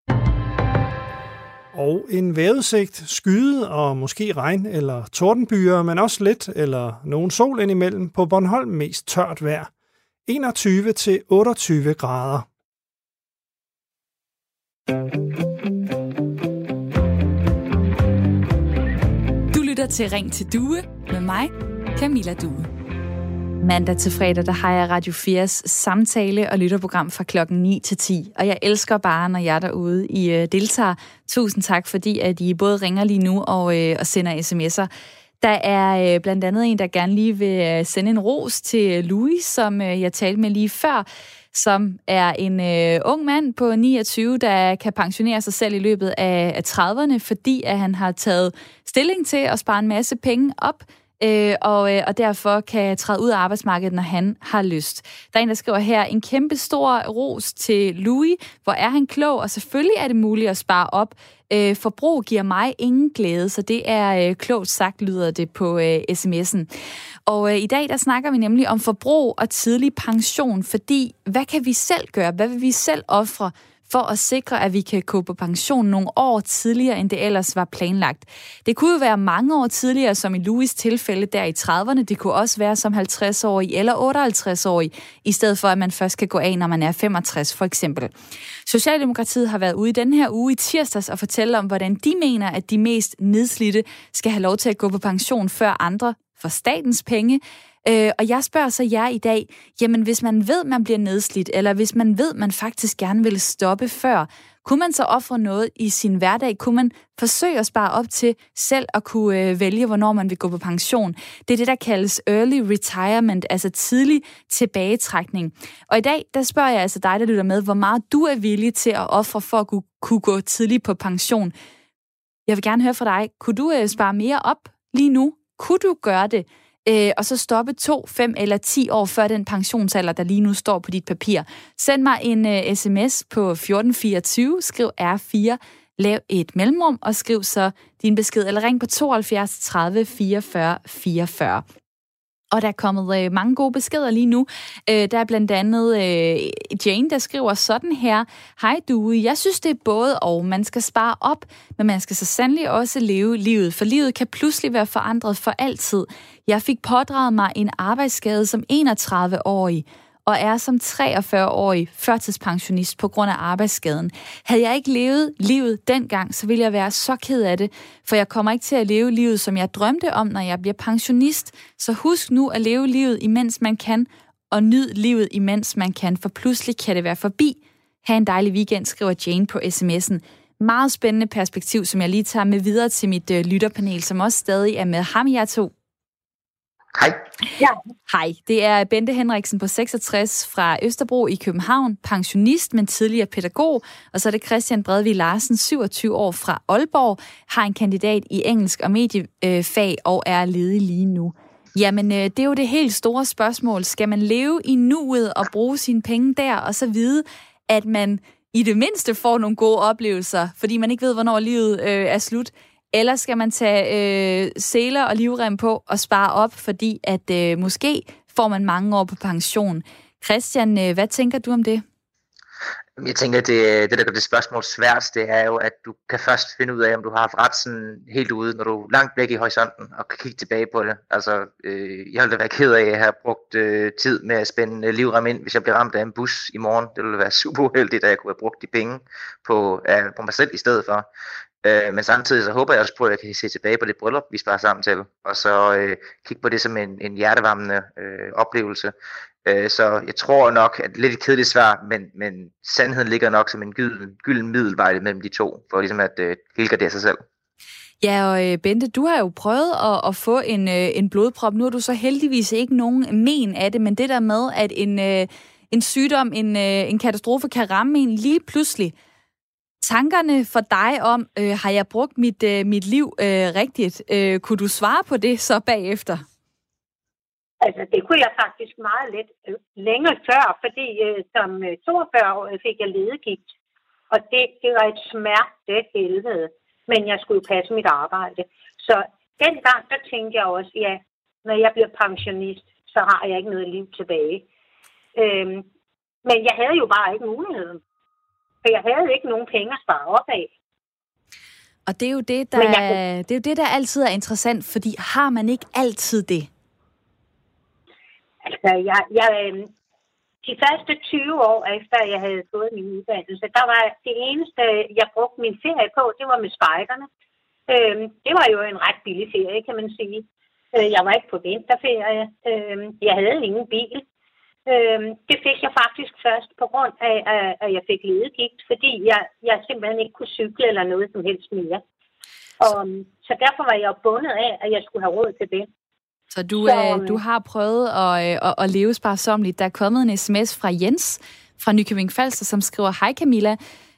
Og en vejrudsigt, skyde og måske regn eller tordenbyer, men også lidt eller nogen sol indimellem. På Bornholm mest tørt vejr. enogtyve til otteogtyve grader. Du lytter til Ring til Due med mig, Camilla Due. Mandag til fredag, der har jeg Radio fires samtale- og lytterprogram fra klokken ni til ti. Og jeg elsker bare, når jeg derude I øh, deltager. Tusind tak, fordi at I både ringer lige nu og, øh, og sender sms'er. Der er øh, blandt andet en, der gerne lige vil øh, sende en ros til Louis, som øh, jeg talte med lige før, som er en øh, ung mand på niogtyve, der kan pensionere sig selv i løbet af, af trediverne, fordi at han har taget stilling til at spare en masse penge op øh, og, øh, og derfor kan træde ud af arbejdsmarkedet, når han har lyst. Der er en, der skriver her, en kæmpe stor ros til Louis. Hvor er han klog, og selvfølgelig er det muligt at spare op. Øh, forbrug giver mig ingen glæde, så det er øh, klogt sagt, lyder det på øh, sms'en. Og øh, i dag, der snakker vi nemlig om forbrug og tidlig pension, fordi hvad kan vi selv gøre? Hvad vil vi selv ofre for at sikre, at vi kan gå på pension nogle år tidligere, end det ellers var planlagt? Det kunne jo være mange år tidligere, som i Louis' tilfælde der i trediverne. Det kunne også være som halvtreds-årig eller otteoghalvtreds-årig, i stedet for at man først kan gå af, når man er femogtres for eksempel. Socialdemokratiet har været ude i den her uge i tirsdags og fortælle om, hvordan de mener, at de mest nedslidte skal have lov til at gå på pension før andre for statens penge. Øh, og jeg spørger så jer i dag, jamen hvis man ved, man bliver nedslidt, eller hvis man ved, man faktisk gerne vil stoppe før, kunne man så ofre noget i sin hverdag? Kunne man forsøge at spare op til selv at kunne øh, vælge, hvornår man vil gå på pension? Det er det, der kaldes early retirement, altså tidlig tilbagetrækning. Og i dag, der spørger jeg altså dig, der lytter med, hvor meget du er villig til at ofre for at kunne, kunne gå tidligt på pension. Jeg vil gerne høre fra dig. Kunne du øh, spare mere op lige nu? Kunne du gøre det? Øh, og så stoppe to, fem eller ti år før den pensionsalder, der lige nu står på dit papir. Send mig en uh, sms på fjorten fireogtyve, skriv R fire, lav et mellemrum og skriv så din besked, eller ring på tooghalvfjerds tredive fireogfyrre fireogfyrre. Og der er kommet øh, mange gode beskeder lige nu. Øh, der er blandt andet øh, Jane, der skriver sådan her. Hej du, jeg synes det er både og. Man skal spare op, men man skal så sandelig også leve livet. For livet kan pludselig være forandret for altid. Jeg fik pådraget mig en arbejdsskade som enogtredive-årig. Og er som treogfyrre-årig førtidspensionist på grund af arbejdsskaden. Havde jeg ikke levet livet dengang, så ville jeg være så ked af det, for jeg kommer ikke til at leve livet, som jeg drømte om, når jeg bliver pensionist. Så husk nu at leve livet, imens man kan, og nyd livet, imens man kan, for pludselig kan det være forbi. Ha' en dejlig weekend, skriver Jane på sms'en. Meget spændende perspektiv, som jeg lige tager med videre til mit øh, lytterpanel, som også stadig er med. Ham jer to. Hej. Ja. Hej, det er Bente Henriksen på seksogtres fra Østerbro i København, pensionist, men tidligere pædagog. Og så er det Christian Bredvig Larsen, syvogtyve år fra Aalborg, har en kandidat i engelsk og mediefag og er ledig lige nu. Jamen, det er jo det helt store spørgsmål. Skal man leve i nuet og bruge sine penge der, og så vide, at man i det mindste får nogle gode oplevelser, fordi man ikke ved, hvornår livet øh, er slut? Eller skal man tage øh, seler og livrem på og spare op, fordi at øh, måske får man mange år på pension? Christian, øh, hvad tænker du om det? Jeg tænker, at det, det der gør det spørgsmål svært, det er jo, at du kan først finde ud af, om du har haft ret sådan helt ude, når du er langt væk i horisonten og kan kigge tilbage på det. Altså, øh, jeg ville da være ked af at have brugt øh, tid med at spænde øh, livrem ind, hvis jeg blev ramt af en bus i morgen. Det ville være super uheldigt, at jeg kunne have brugt de penge på, øh, på mig selv i stedet for. Øh, men samtidig så håber jeg også på, at jeg kan se tilbage på det bryllup, vi sparer sammen til, og så øh, kigge på det som en, en hjertevarmende øh, oplevelse. Øh, så jeg tror nok, at det er lidt et kedeligt svar, men, men sandheden ligger nok som en gylden, gylden middelvej mellem de to, for ligesom at øh, helgardere sig selv. Ja, og øh, Bente, du har jo prøvet at, at få en, øh, en blodprop. Nu har du så heldigvis ikke nogen men af det, men det der med, at en, øh, en sygdom, en, øh, en katastrofe kan ramme en lige pludselig. Tankerne for dig om, øh, har jeg brugt mit, øh, mit liv øh, rigtigt? Øh, kunne du svare på det så bagefter? Altså, det kunne jeg faktisk meget let øh, længe før, fordi øh, som toogfyrre-årig fik jeg ledegigt. Og det, det var et smerte helvede, men jeg skulle jo passe mit arbejde. Så dengang, der tænkte jeg også, ja, når jeg bliver pensionist, så har jeg ikke noget liv tilbage. Øhm, men jeg havde jo bare ikke muligheden. For jeg havde ikke nogen penge at spare op af. Og det er jo det, der, jeg, det er jo det, der altid er interessant, fordi har man ikke altid det? Altså, jeg, jeg, de første tyve år efter jeg havde fået min uddannelse, der var det eneste, jeg brugte min ferie på, det var med spejderne. Øhm, det var jo en ret billig ferie, kan man sige. Jeg var ikke på vinterferie. Øhm, jeg havde ingen bil. Øhm, det fik jeg faktisk først på grund af, at jeg fik ledegigt, fordi jeg, jeg simpelthen ikke kunne cykle eller noget som helst mere. Og, så derfor var jeg bundet af, at jeg skulle have råd til det. Så du, så, øh, du har prøvet at, at, at leve sparsomligt. Der er kommet en sms fra Jens fra Nykøbing Falster, som skriver, hej Camilla.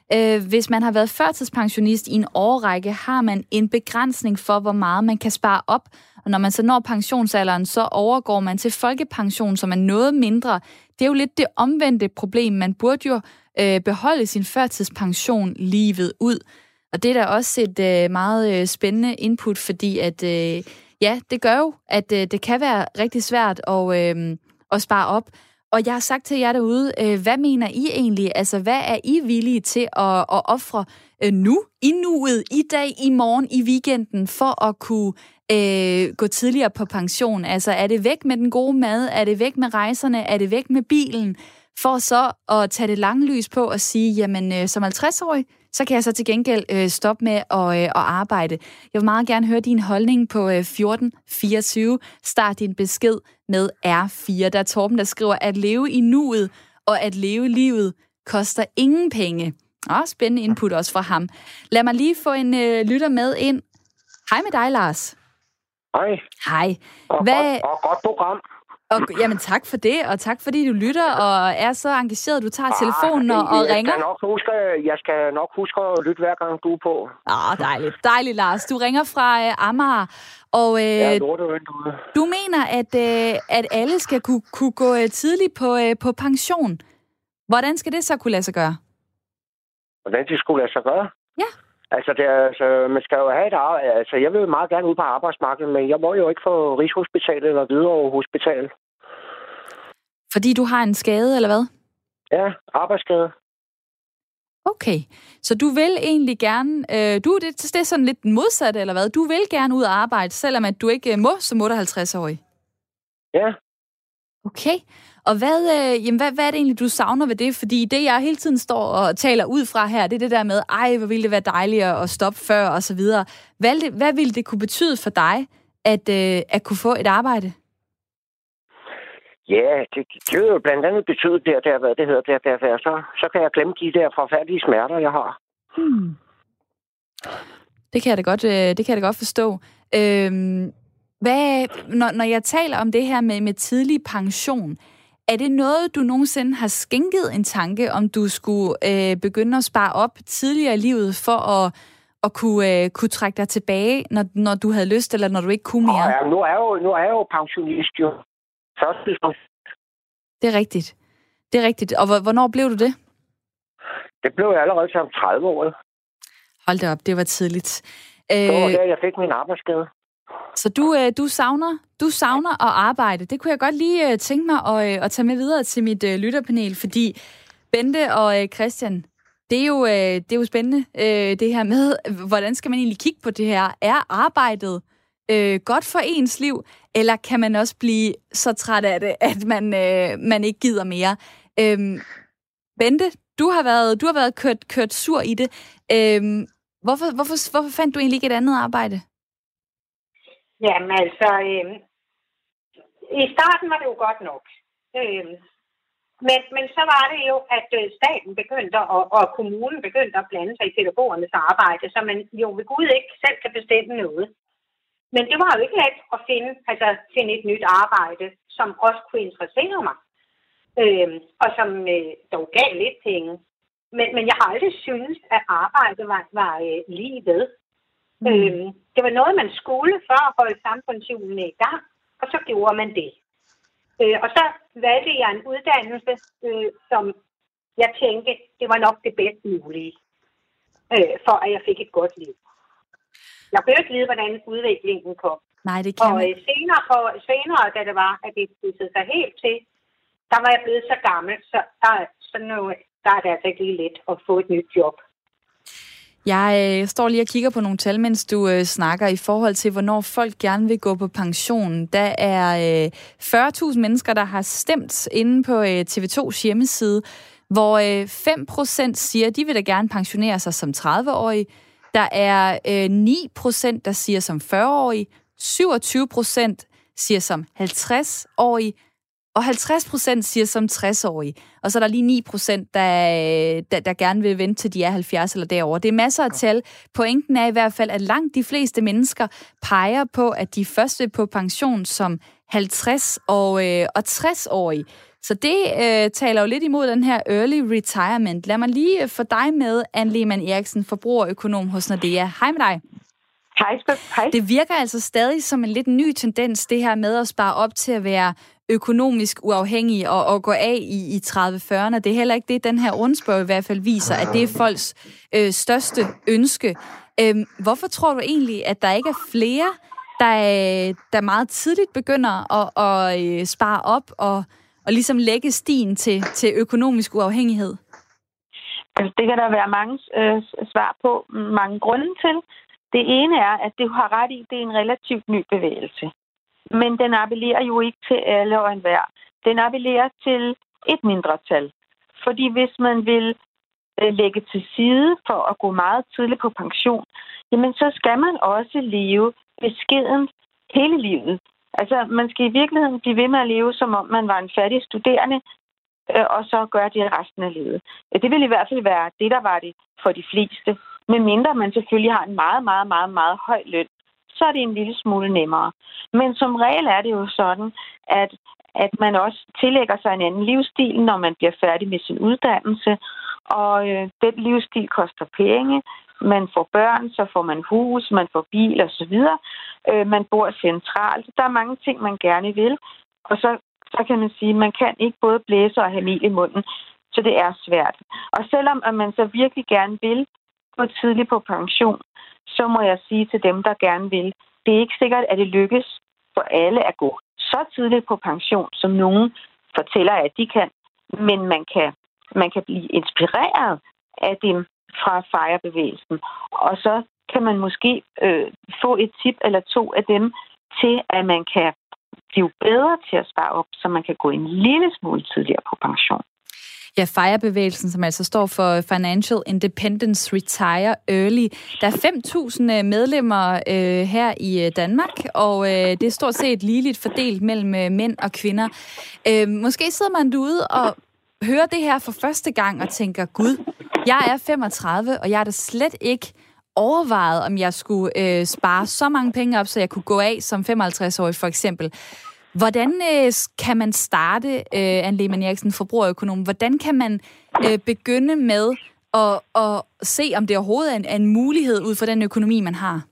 Øh, hvis man har været førtidspensionist i en årrække, har man en begrænsning for, hvor meget man kan spare op. Og når man så når pensionsalderen, så overgår man til folkepension, som er noget mindre. Det er jo lidt det omvendte problem. Man burde jo øh, beholde sin førtidspension livet ud. Og det er da også et øh, meget øh, spændende input, fordi at, øh, ja, det gør jo, at øh, det kan være rigtig svært at, øh, at spare op. Og jeg har sagt til jer derude, øh, hvad mener I egentlig? Altså, hvad er I villige til at, at ofre øh, nu, i nuet, i dag, i morgen, i weekenden, for at kunne øh, gå tidligere på pension? Altså, er det væk med den gode mad? Er det væk med rejserne? Er det væk med bilen? For så at tage det lange lys på og sige, jamen, øh, som halvtreds-årig, så kan jeg så til gengæld øh, stoppe med at, øh, at arbejde. Jeg vil meget gerne høre din holdning på øh, fjorten fireogtyve. Start din besked med R fire. Der er Torben, der skriver, at leve i nuet og at leve livet koster ingen penge. Og spændende input også fra ham. Lad mig lige få en øh, lytter med ind. Hej med dig, Lars. Hej. Hej. Og, Hvad... godt, og godt program. Og, jamen tak for det, og tak fordi du lytter og er så engageret, du tager telefonen og, og jeg ringer. Skal nok huske, jeg skal nok huske at lytte hver gang, du er på. Ah, dejligt. Dejligt, Lars. Du ringer fra uh, Amager, og uh, ja, du mener, at, uh, at alle skal kunne, kunne gå uh, tidligt på, uh, på pension. Hvordan skal det så kunne lade sig gøre? Hvordan det skulle lade sig gøre? Ja. Altså, det er, altså, man skal jo have et arbejde. Altså, jeg vil meget gerne ud på arbejdsmarkedet, men jeg må jo ikke få Rigshospitalet eller Hvidovre Hospital. Fordi du har en skade, eller hvad? Ja, arbejdsskade. Okay, så du vil egentlig gerne... Øh, du, det, det er sådan lidt modsatte, eller hvad? Du vil gerne ud og arbejde, selvom at du ikke må som otteoghalvtreds-årig? Ja. Okay, og hvad, øh, jamen, hvad, hvad er det egentlig, du savner ved det? Fordi det, jeg hele tiden står og taler ud fra her, det er det der med, ej, hvor ville det være dejligt at stoppe før, og så videre. Hvad, hvad ville det kunne betyde for dig, at, øh, at kunne få et arbejde? Ja, det, det vil jo blandt andet betyde, der, der, hvad det hedder, der, der, der, så, så kan jeg glemme de der forfærdelige smerter, jeg har. Hmm. Det kan jeg da godt, det kan jeg da godt forstå. Øhm, hvad, når, når jeg taler om det her med, med tidlig pension, er det noget, du nogensinde har skænket en tanke, om du skulle øh, begynde at spare op tidligere i livet for at, at kunne, øh, kunne trække dig tilbage, når, når du havde lyst, eller når du ikke kunne mere? Ja, nu er jeg jo, nu er jeg jo pensionist, jo. Det er rigtigt. Det er rigtigt. Og hvornår blev du det? Det blev jeg allerede som tredive år. Hold da op, det var tidligt. Det var der, jeg fik min arbejdsskade. Så du, du savner du savner at arbejde. Det kunne jeg godt lige tænke mig at, at tage med videre til mit lytterpanel, fordi Bente og Christian, det er jo, det er jo spændende, det her med, hvordan skal man egentlig kigge på det her? Er arbejdet øh, godt for ens liv, eller kan man også blive så træt af det, at man, øh, man ikke gider mere? Øhm, Bente, du har været, du har været kørt, kørt sur i det. Øhm, hvorfor, hvorfor, hvorfor fandt du egentlig ikke et andet arbejde? Jamen altså, øh, i starten var det jo godt nok. Øh, men, men så var det jo, at staten begyndte, og, og kommunen begyndte at blande sig i pædagogernes arbejde, så man jo ved Gud ikke selv kan bestemme noget. Men det var jo ikke let at finde, altså finde et nyt arbejde, som også kunne interessere mig, øh, og som øh, dog gav lidt penge. Men, men jeg har aldrig syntes, at arbejdet var, var øh, lige ved. Mm. Øh, det var noget, man skulle for at holde samfundshjulene i gang, og så gjorde man det. Øh, og så valgte jeg en uddannelse, øh, som jeg tænkte, det var nok det bedst mulige, øh, for at jeg fik et godt liv. Jeg kunne ikke vide, hvordan udviklingen kom. Nej, det kan Og øh, senere, på, senere, da det var, at det pudsede sig helt til, der var jeg blevet så gammel, så der, så nu, der er det altså ikke lige let at få et nyt job. Jeg øh, står lige og kigger på nogle tal, mens du øh, snakker i forhold til, hvornår folk gerne vil gå på pension. Der er øh, fyrre tusind mennesker, der har stemt inde på øh, T V to's hjemmeside, hvor øh, fem procent siger, at de vil da gerne pensionere sig som tredive-årige. Der er øh, ni procent, der siger som fyrre-årige, syvogtyve procent siger som halvtreds-årige, og halvtreds procent siger som tres-årige. Og så er der lige ni procent, der, der, der gerne vil vente til de er halvfjerds eller derover. Det er masser af tal. Pointen er i hvert fald, at langt de fleste mennesker peger på, at de først vil på pension som halvtreds og, øh, og tres-årige. Så det øh, taler jo lidt imod den her early retirement. Lad mig lige få dig med, Anne Lehmann Eriksen, forbrugerøkonom hos Nordea. Hej med dig. Hej. Hej. Det virker altså stadig som en lidt ny tendens, det her med at spare op til at være økonomisk uafhængig og, og gå af i, i tredive fyrrerne. Det er heller ikke det, den her rundspørg i hvert fald viser, at det er folks øh, største ønske. Øhm, hvorfor tror du egentlig, at der ikke er flere, der, der meget tidligt begynder at, at øh, spare op og, og ligesom lægge stien til, til økonomisk uafhængighed? Altså, det kan der være mange øh, svar på, mange grunde til. Det ene er, at det har ret i, det er en relativt ny bevægelse. Men den appellerer jo ikke til alle og enhver. Den appellerer til et mindretal. Fordi hvis man vil øh, lægge til side for at gå meget tidligt på pension, jamen så skal man også leve beskedent hele livet. Altså, man skal i virkeligheden blive ved med at leve, som om man var en fattig studerende, øh, og så gøre det resten af livet. Det vil i hvert fald være det, der var det for de fleste. Medmindre man selvfølgelig har en meget, meget, meget, meget høj løn, så er det en lille smule nemmere. Men som regel er det jo sådan, at, at man også tillægger sig en anden livsstil, når man bliver færdig med sin uddannelse. Og øh, den livsstil koster penge. Man får børn, så får man hus, man får bil osv. Øh, man bor centralt. Der er mange ting, man gerne vil. Og så, så kan man sige, at man kan ikke både blæse og have mel i munden. Så det er svært. Og selvom at man så virkelig gerne vil gå tidligt på pension, så må jeg sige til dem, der gerne vil, det er ikke sikkert, at det lykkes for alle at gå så tidligt på pension, som nogen fortæller, at de kan. Men man kan, man kan blive inspireret af dem fra FIRE-bevægelsen. Og så kan man måske øh, få et tip eller to af dem til, at man kan blive bedre til at spare op, så man kan gå en lille smule tidligere på pension. Ja, FIRE-bevægelsen, som altså står for Financial Independence Retire Early. Der er fem tusind medlemmer øh, her i Danmark, og øh, det er stort set ligeligt fordelt mellem øh, mænd og kvinder. Øh, måske sidder man derude og hører det her for første gang og tænker, gud, jeg er femogtredive, og jeg er da slet ikke overvejet, om jeg skulle øh, spare så mange penge op, så jeg kunne gå af som femoghalvtreds-årig for eksempel. Hvordan øh, kan man starte, øh, Anne Lehmann Eriksen, forbrugerøkonom? Hvordan kan man øh, begynde med at, at se, om det overhovedet er en, en mulighed ud fra den økonomi, man har?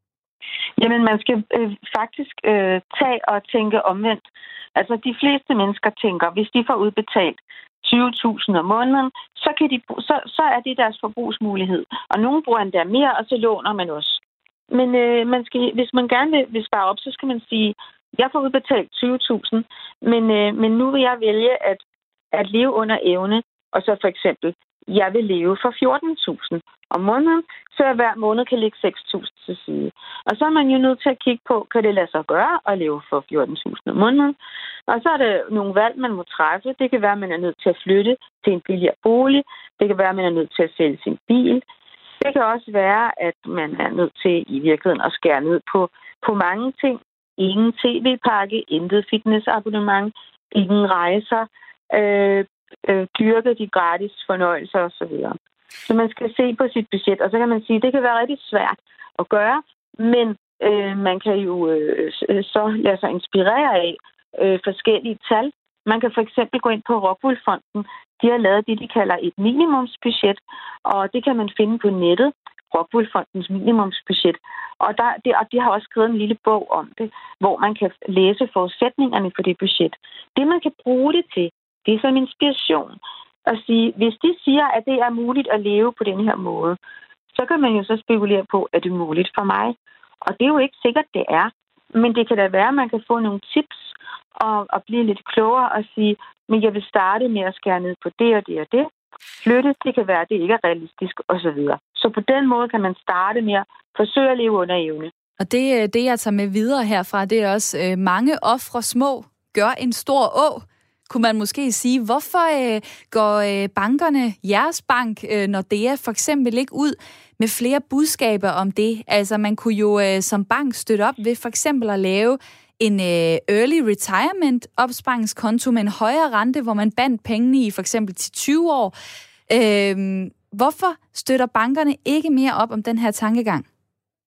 Jamen, man skal øh, faktisk øh, tage og tænke omvendt. Altså, de fleste mennesker tænker, hvis de får udbetalt tyve tusind om måneden, så, kan de, så, så er det deres forbrugsmulighed. Og nogen bruger endda mere, og så låner man også. Men øh, man skal, hvis man gerne vil, vil spare op, så skal man sige, jeg får udbetalt tyve tusind, men, øh, men nu vil jeg vælge at, at leve under evne, og så for eksempel, jeg vil leve for fjorten tusind om måneden, så jeg hver måned kan lægge seks tusind til side. Og så er man jo nødt til at kigge på, kan det lade sig gøre at leve for fjorten tusind om måneden? Og så er der nogle valg, man må træffe. Det kan være, at man er nødt til at flytte til en billigere bolig. Det kan være, at man er nødt til at sælge sin bil. Det kan også være, at man er nødt til i virkeligheden at skære ned på, på mange ting. Ingen tv-pakke, intet fitnessabonnement, ingen rejser, øh, øh, dyrke de gratis fornøjelser osv. Så man skal se på sit budget, og så kan man sige, at det kan være rigtig svært at gøre, men øh, man kan jo øh, så lade sig inspirere af øh, forskellige tal. Man kan for eksempel gå ind på Rockwool Fonden. De har lavet det, de kalder et minimumsbudget, og det kan man finde på nettet. Rockwool Fondens minimumsbudget. Og, der, det, og de har også skrevet en lille bog om det, hvor man kan læse forudsætningerne for det budget. Det, man kan bruge det til, det er som inspiration. At sige, hvis de siger, at det er muligt at leve på den her måde, så kan man jo så spekulere på, at det er muligt for mig. Og det er jo ikke sikkert, det er. Men det kan da være, at man kan få nogle tips og, og blive lidt klogere og sige, men jeg vil starte med at skære ned på det og det og det. Flytte, det kan være, at det ikke er realistisk osv. Så på den måde kan man starte med at forsøge at leve under evne. Og det, det jeg tager med videre herfra, det er også øh, mange ofre små gør en stor å. Kunne man måske sige, hvorfor øh, går øh, bankerne, jeres bank, øh, Nordea for eksempel ikke ud med flere budskaber om det? Altså man kunne jo øh, som bank støtte op ved for eksempel at lave en øh, early retirement opsparingskonto med en højere rente, hvor man bandt pengene i for eksempel til tyve år. Øh, hvorfor støtter bankerne ikke mere op om den her tankegang?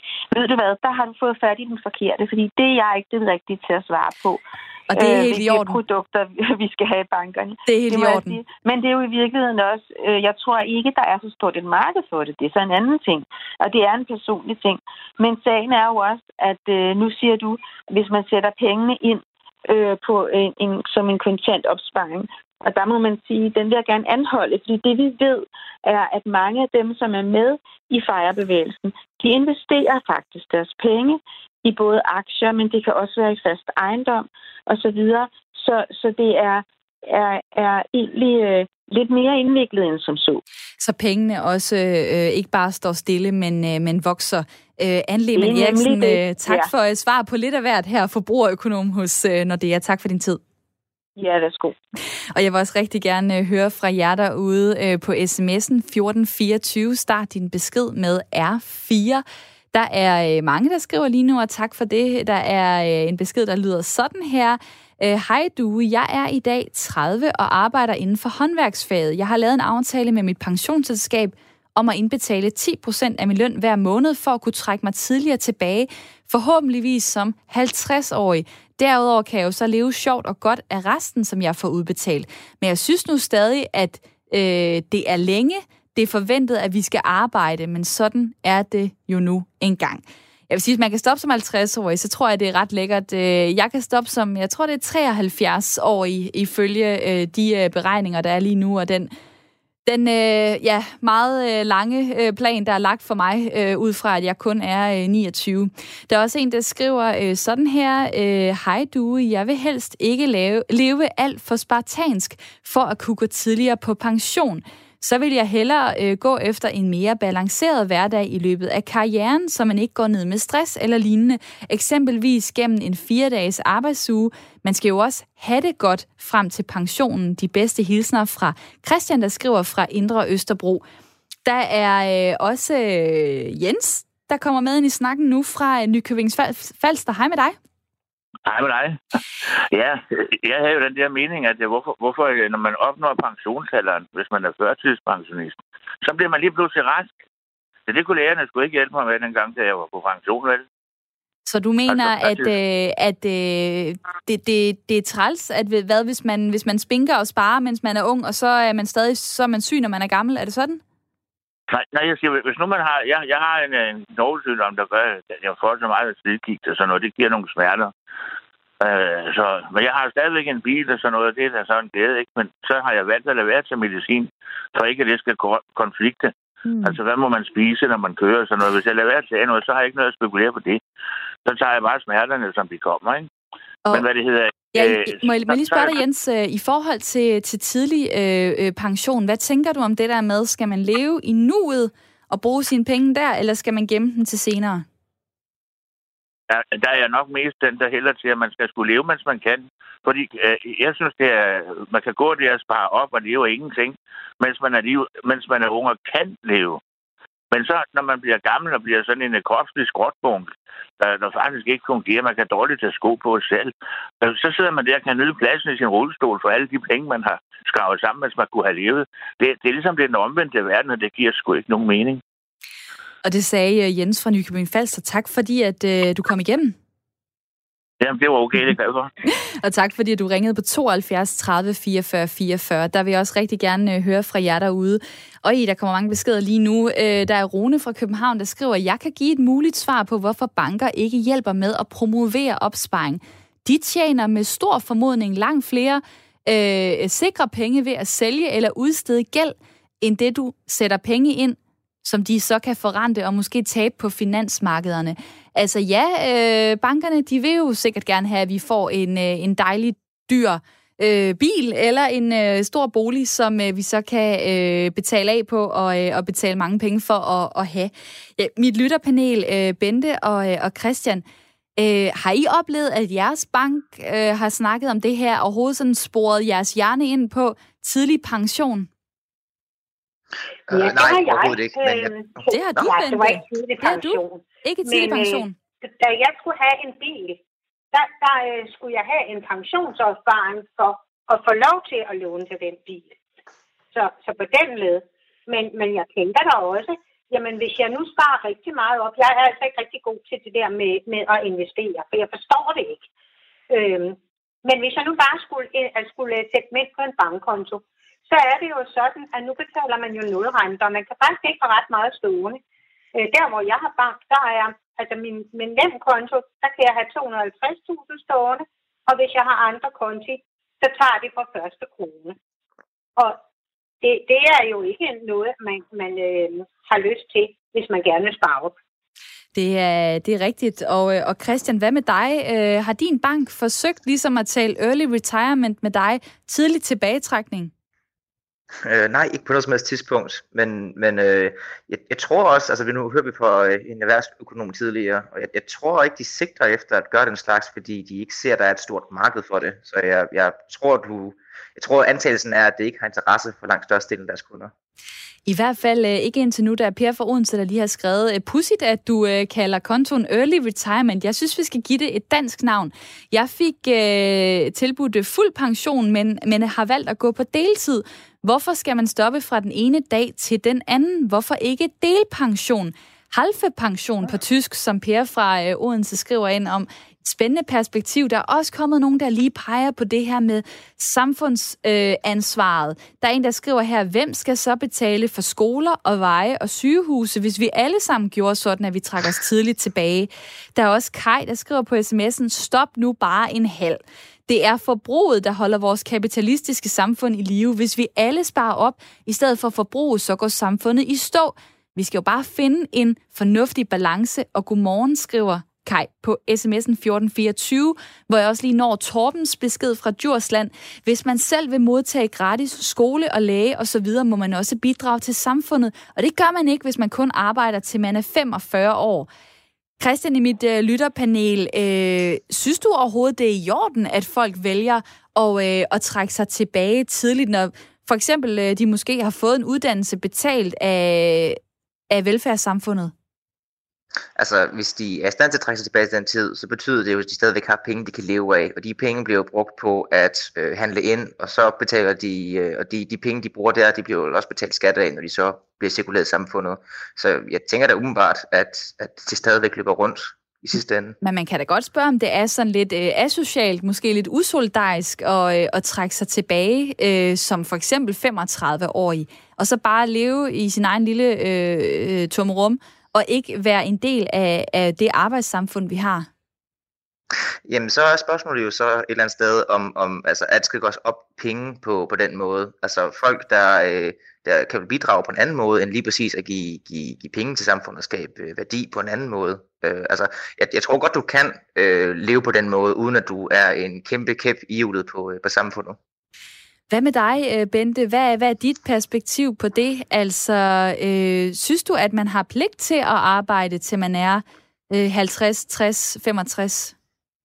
Ved du hvad, der har du fået fat i den forkerte, fordi det er jeg ikke det rigtige til at svare på. Og det er helt øh, i orden. Produkter, vi skal have i bankerne. Det er helt det i orden. Men det er jo i virkeligheden også, øh, jeg tror ikke, der er så stort et marked for det. Det er så en anden ting. Og det er en personlig ting. Men sagen er jo også, at øh, nu siger du, hvis man sætter pengene ind øh, på en, en, som en kontant opsparing, og der må man sige, den vil jeg gerne anholde, fordi det vi ved er, at mange af dem, som er med i fejrebevægelsen, de investerer faktisk deres penge i både aktier, men det kan også være i fast ejendom og så videre. Så, så det er, er, er egentlig øh, lidt mere indviklet end som så. Så pengene også øh, ikke bare står stille, men, øh, men vokser. Øh, Anne Lehmann Eriksen, øh, tak ja. for svar på lidt af hvert her, forbrugerøkonom hos øh, Nordea. Tak for din tid. Ja, værsgo. Og jeg vil også rigtig gerne øh, høre fra jer derude øh, på sms'en fjorten fireogtyve. Start din besked med R fire. Der er øh, mange, der skriver lige nu, og tak for det. Der er øh, en besked, der lyder sådan her. Hej du, jeg er i dag tredive og arbejder inden for håndværksfaget. Jeg har lavet en aftale med mit pensionsselskab om at indbetale ti procent af min løn hver måned for at kunne trække mig tidligere tilbage, forhåbentligvis som halvtreds-årig. Derudover kan jeg jo så leve sjovt og godt af resten, som jeg får udbetalt. Men jeg synes nu stadig, at øh, det er længe. Det er forventet, at vi skal arbejde, men sådan er det jo nu engang. Jeg vil sige, at man kan stoppe som halvtreds-årig, så tror jeg, det er ret lækkert. Jeg kan stoppe som, jeg tror, det er treoghalvfjerds-årig ifølge de beregninger, der er lige nu, og den, den ja, meget lange plan, der er lagt for mig, ud fra, at jeg kun er niogtyve. Der er også en, der skriver sådan her: hej du, jeg vil helst ikke lave, leve alt for spartansk for at kunne gå tidligere på pension. Så vil jeg hellere øh, gå efter en mere balanceret hverdag i løbet af karrieren, så man ikke går ned med stress eller lignende, eksempelvis gennem en fire-dages arbejdsuge. Man skal jo også have det godt frem til pensionen. De bedste hilsner fra Christian, der skriver fra Indre Østerbro. Der er øh, også øh, Jens, der kommer med ind i snakken nu fra Nykøbing Falster. Hej med dig. Hej med dig. Ja, jeg havde jo den der mening, at det, hvorfor, hvorfor, når man opnår pensionsalderen, hvis man er førtidspensionist, så bliver man lige pludselig rask. Så det kunne lærerne sgu ikke hjælpe mig med dengang, da jeg var på pension, vel? Så du mener, altså, at, øh, at øh, det, det, det er træls, at hvad, hvis man, hvis man spinker og sparer, mens man er ung, og så er man stadig så er man syg, når man er gammel? Er det sådan? Nej, nej, jeg siger, hvis nu man har... Jeg, jeg har en, en knoglesygdom, der gør, at jeg får så meget slidgigt og sådan noget. Det giver nogle smerter. Øh, så, men jeg har stadigvæk en bil og sådan noget. Det er da sådan en glæde, ikke? Men så har jeg valgt at lade være til medicin, for ikke at det skal konflikte. Mm. Altså, hvad må man spise, når man kører og sådan noget? Hvis jeg lader være til noget, så har jeg ikke noget at spekulere på det. Så tager jeg bare smerterne, som de kommer, ikke? Og... Men hvad det hedder... Ja, må, jeg, må jeg lige spørge dig, Jens, i forhold til, til tidlig øh, pension, hvad tænker du om det der med, skal man leve i nuet og bruge sine penge der, eller skal man gemme dem til senere? Ja, der er jeg nok mest den, der hælder til, at man skal skulle leve, mens man kan. Fordi øh, jeg synes, det er, man kan gå der og spare op og leve ingenting, mens man er, liv, mens man er ung og kan leve. Men så, når man bliver gammel og bliver sådan en kropslig skrotbunk, der, der faktisk ikke fungerer, man kan dårligt tage sko på selv, så sidder man der og kan nyde pladsen i sin rullestol for alle de penge, man har skravet sammen, mens man kunne have levet. Det, det er ligesom det den omvendte verden, og det giver sgu ikke nogen mening. Og det sagde Jens fra Nykøbing Falster. Tak fordi, at øh, du kom igennem. Jamen, det var okay, det kan for. Og tak fordi, at du ringede på tooghalvfjerds tredive fireogfyrre fireogfyrre. Der vil jeg også rigtig gerne øh, høre fra jer derude. Og i, der kommer mange beskeder lige nu. Øh, der er Rune fra København, der skriver, jeg kan give et muligt svar på, hvorfor banker ikke hjælper med at promovere opsparing. De tjener med stor formodning langt flere øh, sikre penge ved at sælge eller udstede gæld, end det du sætter penge ind, som de så kan forrente og måske tabe på finansmarkederne. Altså ja, øh, bankerne, de vil jo sikkert gerne have, at vi får en, øh, en dejlig, dyr øh, bil eller en øh, stor bolig, som øh, vi så kan øh, betale af på og, øh, og betale mange penge for at, at have. Ja, mit lytterpanel, øh, Bente og, øh, og Christian, øh, har I oplevet, at jeres bank øh, har snakket om det her, og overhovedet sådan sporet jeres hjerne ind på tidlig pension? Ja, det nej, har jeg. overhovedet ikke. Men jeg... Det har du, ja, Bente. det var ikke tidlig pension. Ikke tidlig men, pension. Øh, da jeg skulle have en bil, der, der øh, skulle jeg have en pensionsopsparing for at få lov til at låne til den bil. Så, så på den led. Men, men jeg tænker da også, jamen hvis jeg nu sparer rigtig meget op, jeg er altså ikke rigtig god til det der med, med at investere, for jeg forstår det ikke. Øhm, men hvis jeg nu bare skulle, øh, skulle sætte mig på en bankkonto, så er det jo sådan, at nu betaler man jo nulrenter, og man kan faktisk ikke have ret meget stående. Øh, der hvor jeg har bank, der er altså min, min nemkonto, der kan jeg have to hundrede og halvtreds tusind stående, og hvis jeg har andre konti, så tager de fra første krone. Og det, det er jo ikke noget, man, man øh, har lyst til, hvis man gerne vil spare op. Det er, det er rigtigt. Og, og Christian, hvad med dig? Øh, har din bank forsøgt ligesom at tale early retirement med dig, tidlig tilbagetrækning? Øh, nej, ikke på noget som helst tidspunkt, men, men øh, jeg, jeg tror også, altså nu hører vi på øh, en erhvervsøkonom tidligere, og jeg, jeg tror ikke, de sigter efter at gøre den slags, fordi de ikke ser, at der er et stort marked for det. Så jeg, jeg tror, du, jeg tror, antagelsen er, at det ikke har interesse for langt størstedelen af deres kunder. I hvert fald ikke indtil nu, der er Per fra Odense, der lige har skrevet, pudsigt, at du øh, kalder kontoen Early Retirement. Jeg synes, vi skal give det et dansk navn. Jeg fik øh, tilbudt fuld pension, men, men har valgt at gå på deltid. Hvorfor skal man stoppe fra den ene dag til den anden? Hvorfor ikke delpension? Halve-pension på tysk, som Per fra øh, Odense skriver ind om. Spændende perspektiv. Der er også kommet nogen, der lige peger på det her med samfundsansvaret. Øh, der er en, der skriver her, hvem skal så betale for skoler og veje og sygehuse, hvis vi alle sammen gjorde sådan, at vi trækker os tidligt tilbage. Der er også Kai, der skriver på sms'en, stop nu bare en halv. Det er forbruget, der holder vores kapitalistiske samfund i live. Hvis vi alle sparer op, i stedet for forbruget, så går samfundet i stå. Vi skal jo bare finde en fornuftig balance, og godmorgen, skriver Kai på sms'en fjorten fireogtyve, hvor jeg også lige når Torbens besked fra Djursland. Hvis man selv vil modtage gratis skole og læge og så videre, må man også bidrage til samfundet. Og det gør man ikke, hvis man kun arbejder til man er femogfyrre år. Christian, i mit øh, lytterpanel, øh, synes du overhovedet, det er i orden, at folk vælger at, øh, at trække sig tilbage tidligt, når for eksempel øh, de måske har fået en uddannelse betalt af, af velfærdssamfundet? Altså, hvis de er i stand til at trække sig tilbage til den tid, så betyder det jo, at de stadigvæk har penge, de kan leve af. Og de penge bliver jo brugt på at øh, handle ind, og så betaler de, øh, og de, de penge, de bruger der, de bliver jo også betalt skat af, når de så bliver cirkuleret i samfundet. Så jeg tænker da umiddelbart, at, at det stadigvæk løber rundt i sidste ende. Men man kan da godt spørge, om det er sådan lidt øh, asocialt, måske lidt usolidarisk at, øh, at trække sig tilbage, øh, som for eksempel femogtredive-årig, og så bare leve i sin egen lille øh, tomrum, og ikke være en del af, af det arbejdssamfund, vi har? Jamen, så er spørgsmålet jo så et eller andet sted, om, om altså, at det skal gøres op penge på, på den måde. Altså folk, der, øh, der kan bidrage på en anden måde, end lige præcis at give, give, give penge til samfundet og skabe øh, værdi på en anden måde. Øh, altså, jeg, jeg tror godt, du kan øh, leve på den måde, uden at du er en kæmpe kæp i hjulet på, øh, på samfundet. Hvad med dig, Bente? Hvad er, hvad er dit perspektiv på det? Altså, øh, synes du, at man har pligt til at arbejde, til man er øh, halvtreds, tres, femogtres?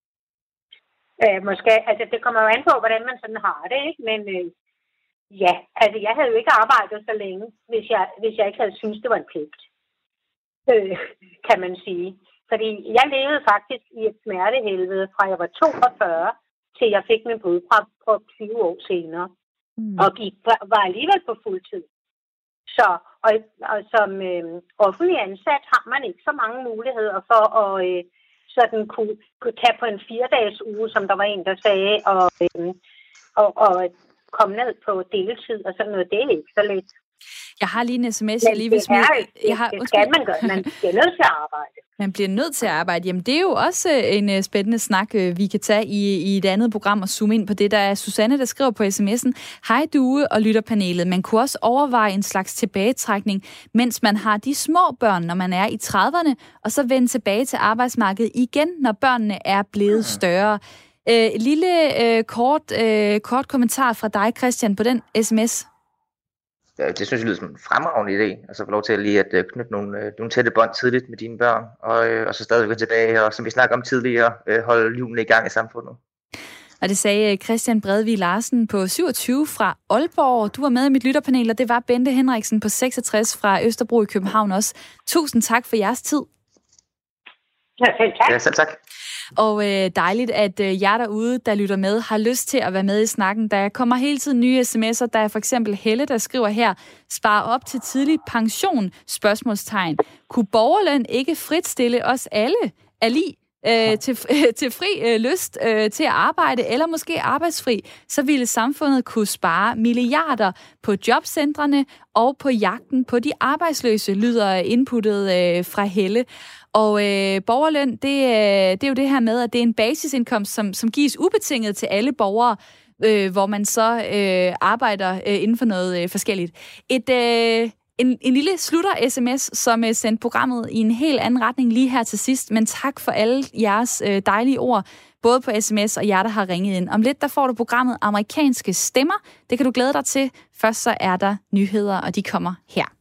Øh, måske, altså det kommer jo an på, hvordan man sådan har det, ikke? Men øh, ja, altså jeg havde jo ikke arbejdet så længe, hvis jeg, hvis jeg ikke havde syntes, det var en pligt, øh, kan man sige. Fordi jeg levede faktisk i et smertehelvede, fra jeg var toogfyrre, til jeg fik min blodprop på tyve år senere. Mm. Og gik, var alligevel på fuld tid. Så, og, og som øh, offentlig ansat har man ikke så mange muligheder for at øh, sådan kunne, kunne tage på en fire-dages uge, som der var en, der sagde, og, øh, og, og komme ned på deltid og sådan noget. Det er ikke så let. Jeg har lige en sms, jeg lige vil smide. Det, har, det skal man gøre. Man bliver nødt til at arbejde. Man bliver nødt til at arbejde. Jamen, det er jo også en spændende snak, vi kan tage i, i et andet program og zoome ind på det. Der er Susanne, der skriver på sms'en, hej Due og lytterpanelet. Man kunne også overveje en slags tilbagetrækning, mens man har de små børn, når man er i trediverne, og så vende tilbage til arbejdsmarkedet igen, når børnene er blevet større. Øh, lille øh, kort, øh, kort kommentar fra dig, Christian, på den sms. Det synes jeg lyder som en fremragende idé, altså få lov til at lige at knytte nogle, nogle tætte bånd tidligt med dine børn, og, og så stadigvæk gå tilbage, og som vi snakker om tidligere, holde hjulene i gang i samfundet. Og det sagde Christian Bredvig Larsen på syvogtyve fra Aalborg. Du var med i mit lytterpanel, og det var Bente Henriksen på seksogtres fra Østerbro i København også. Tusind tak for jeres tid. Ja, selv tak. Ja, selv tak. Og øh, dejligt, at øh, jer derude, der lytter med, har lyst til at være med i snakken. Der kommer hele tiden nye sms'er. Der er for eksempel Helle, der skriver her, spar op til tidlig pension, spørgsmålstegn. Kunne borgerløn ikke fritstille os alle ali øh, til, øh, til fri øh, lyst øh, til at arbejde, eller måske arbejdsfri, så ville samfundet kunne spare milliarder på jobcentrene og på jagten på de arbejdsløse, lyder inputtet øh, fra Helle. Og øh, borgerløn, det, øh, det er jo det her med, at det er en basisindkomst, som, som gives ubetinget til alle borgere, øh, hvor man så øh, arbejder øh, inden for noget øh, forskelligt. Et, øh, en, en lille slutter-sms, som øh, sendte programmet i en helt anden retning lige her til sidst, men tak for alle jeres øh, dejlige ord, både på sms og jer, der har ringet ind. Om lidt, der får du programmet Amerikanske Stemmer. Det kan du glæde dig til. Først så er der nyheder, og de kommer her.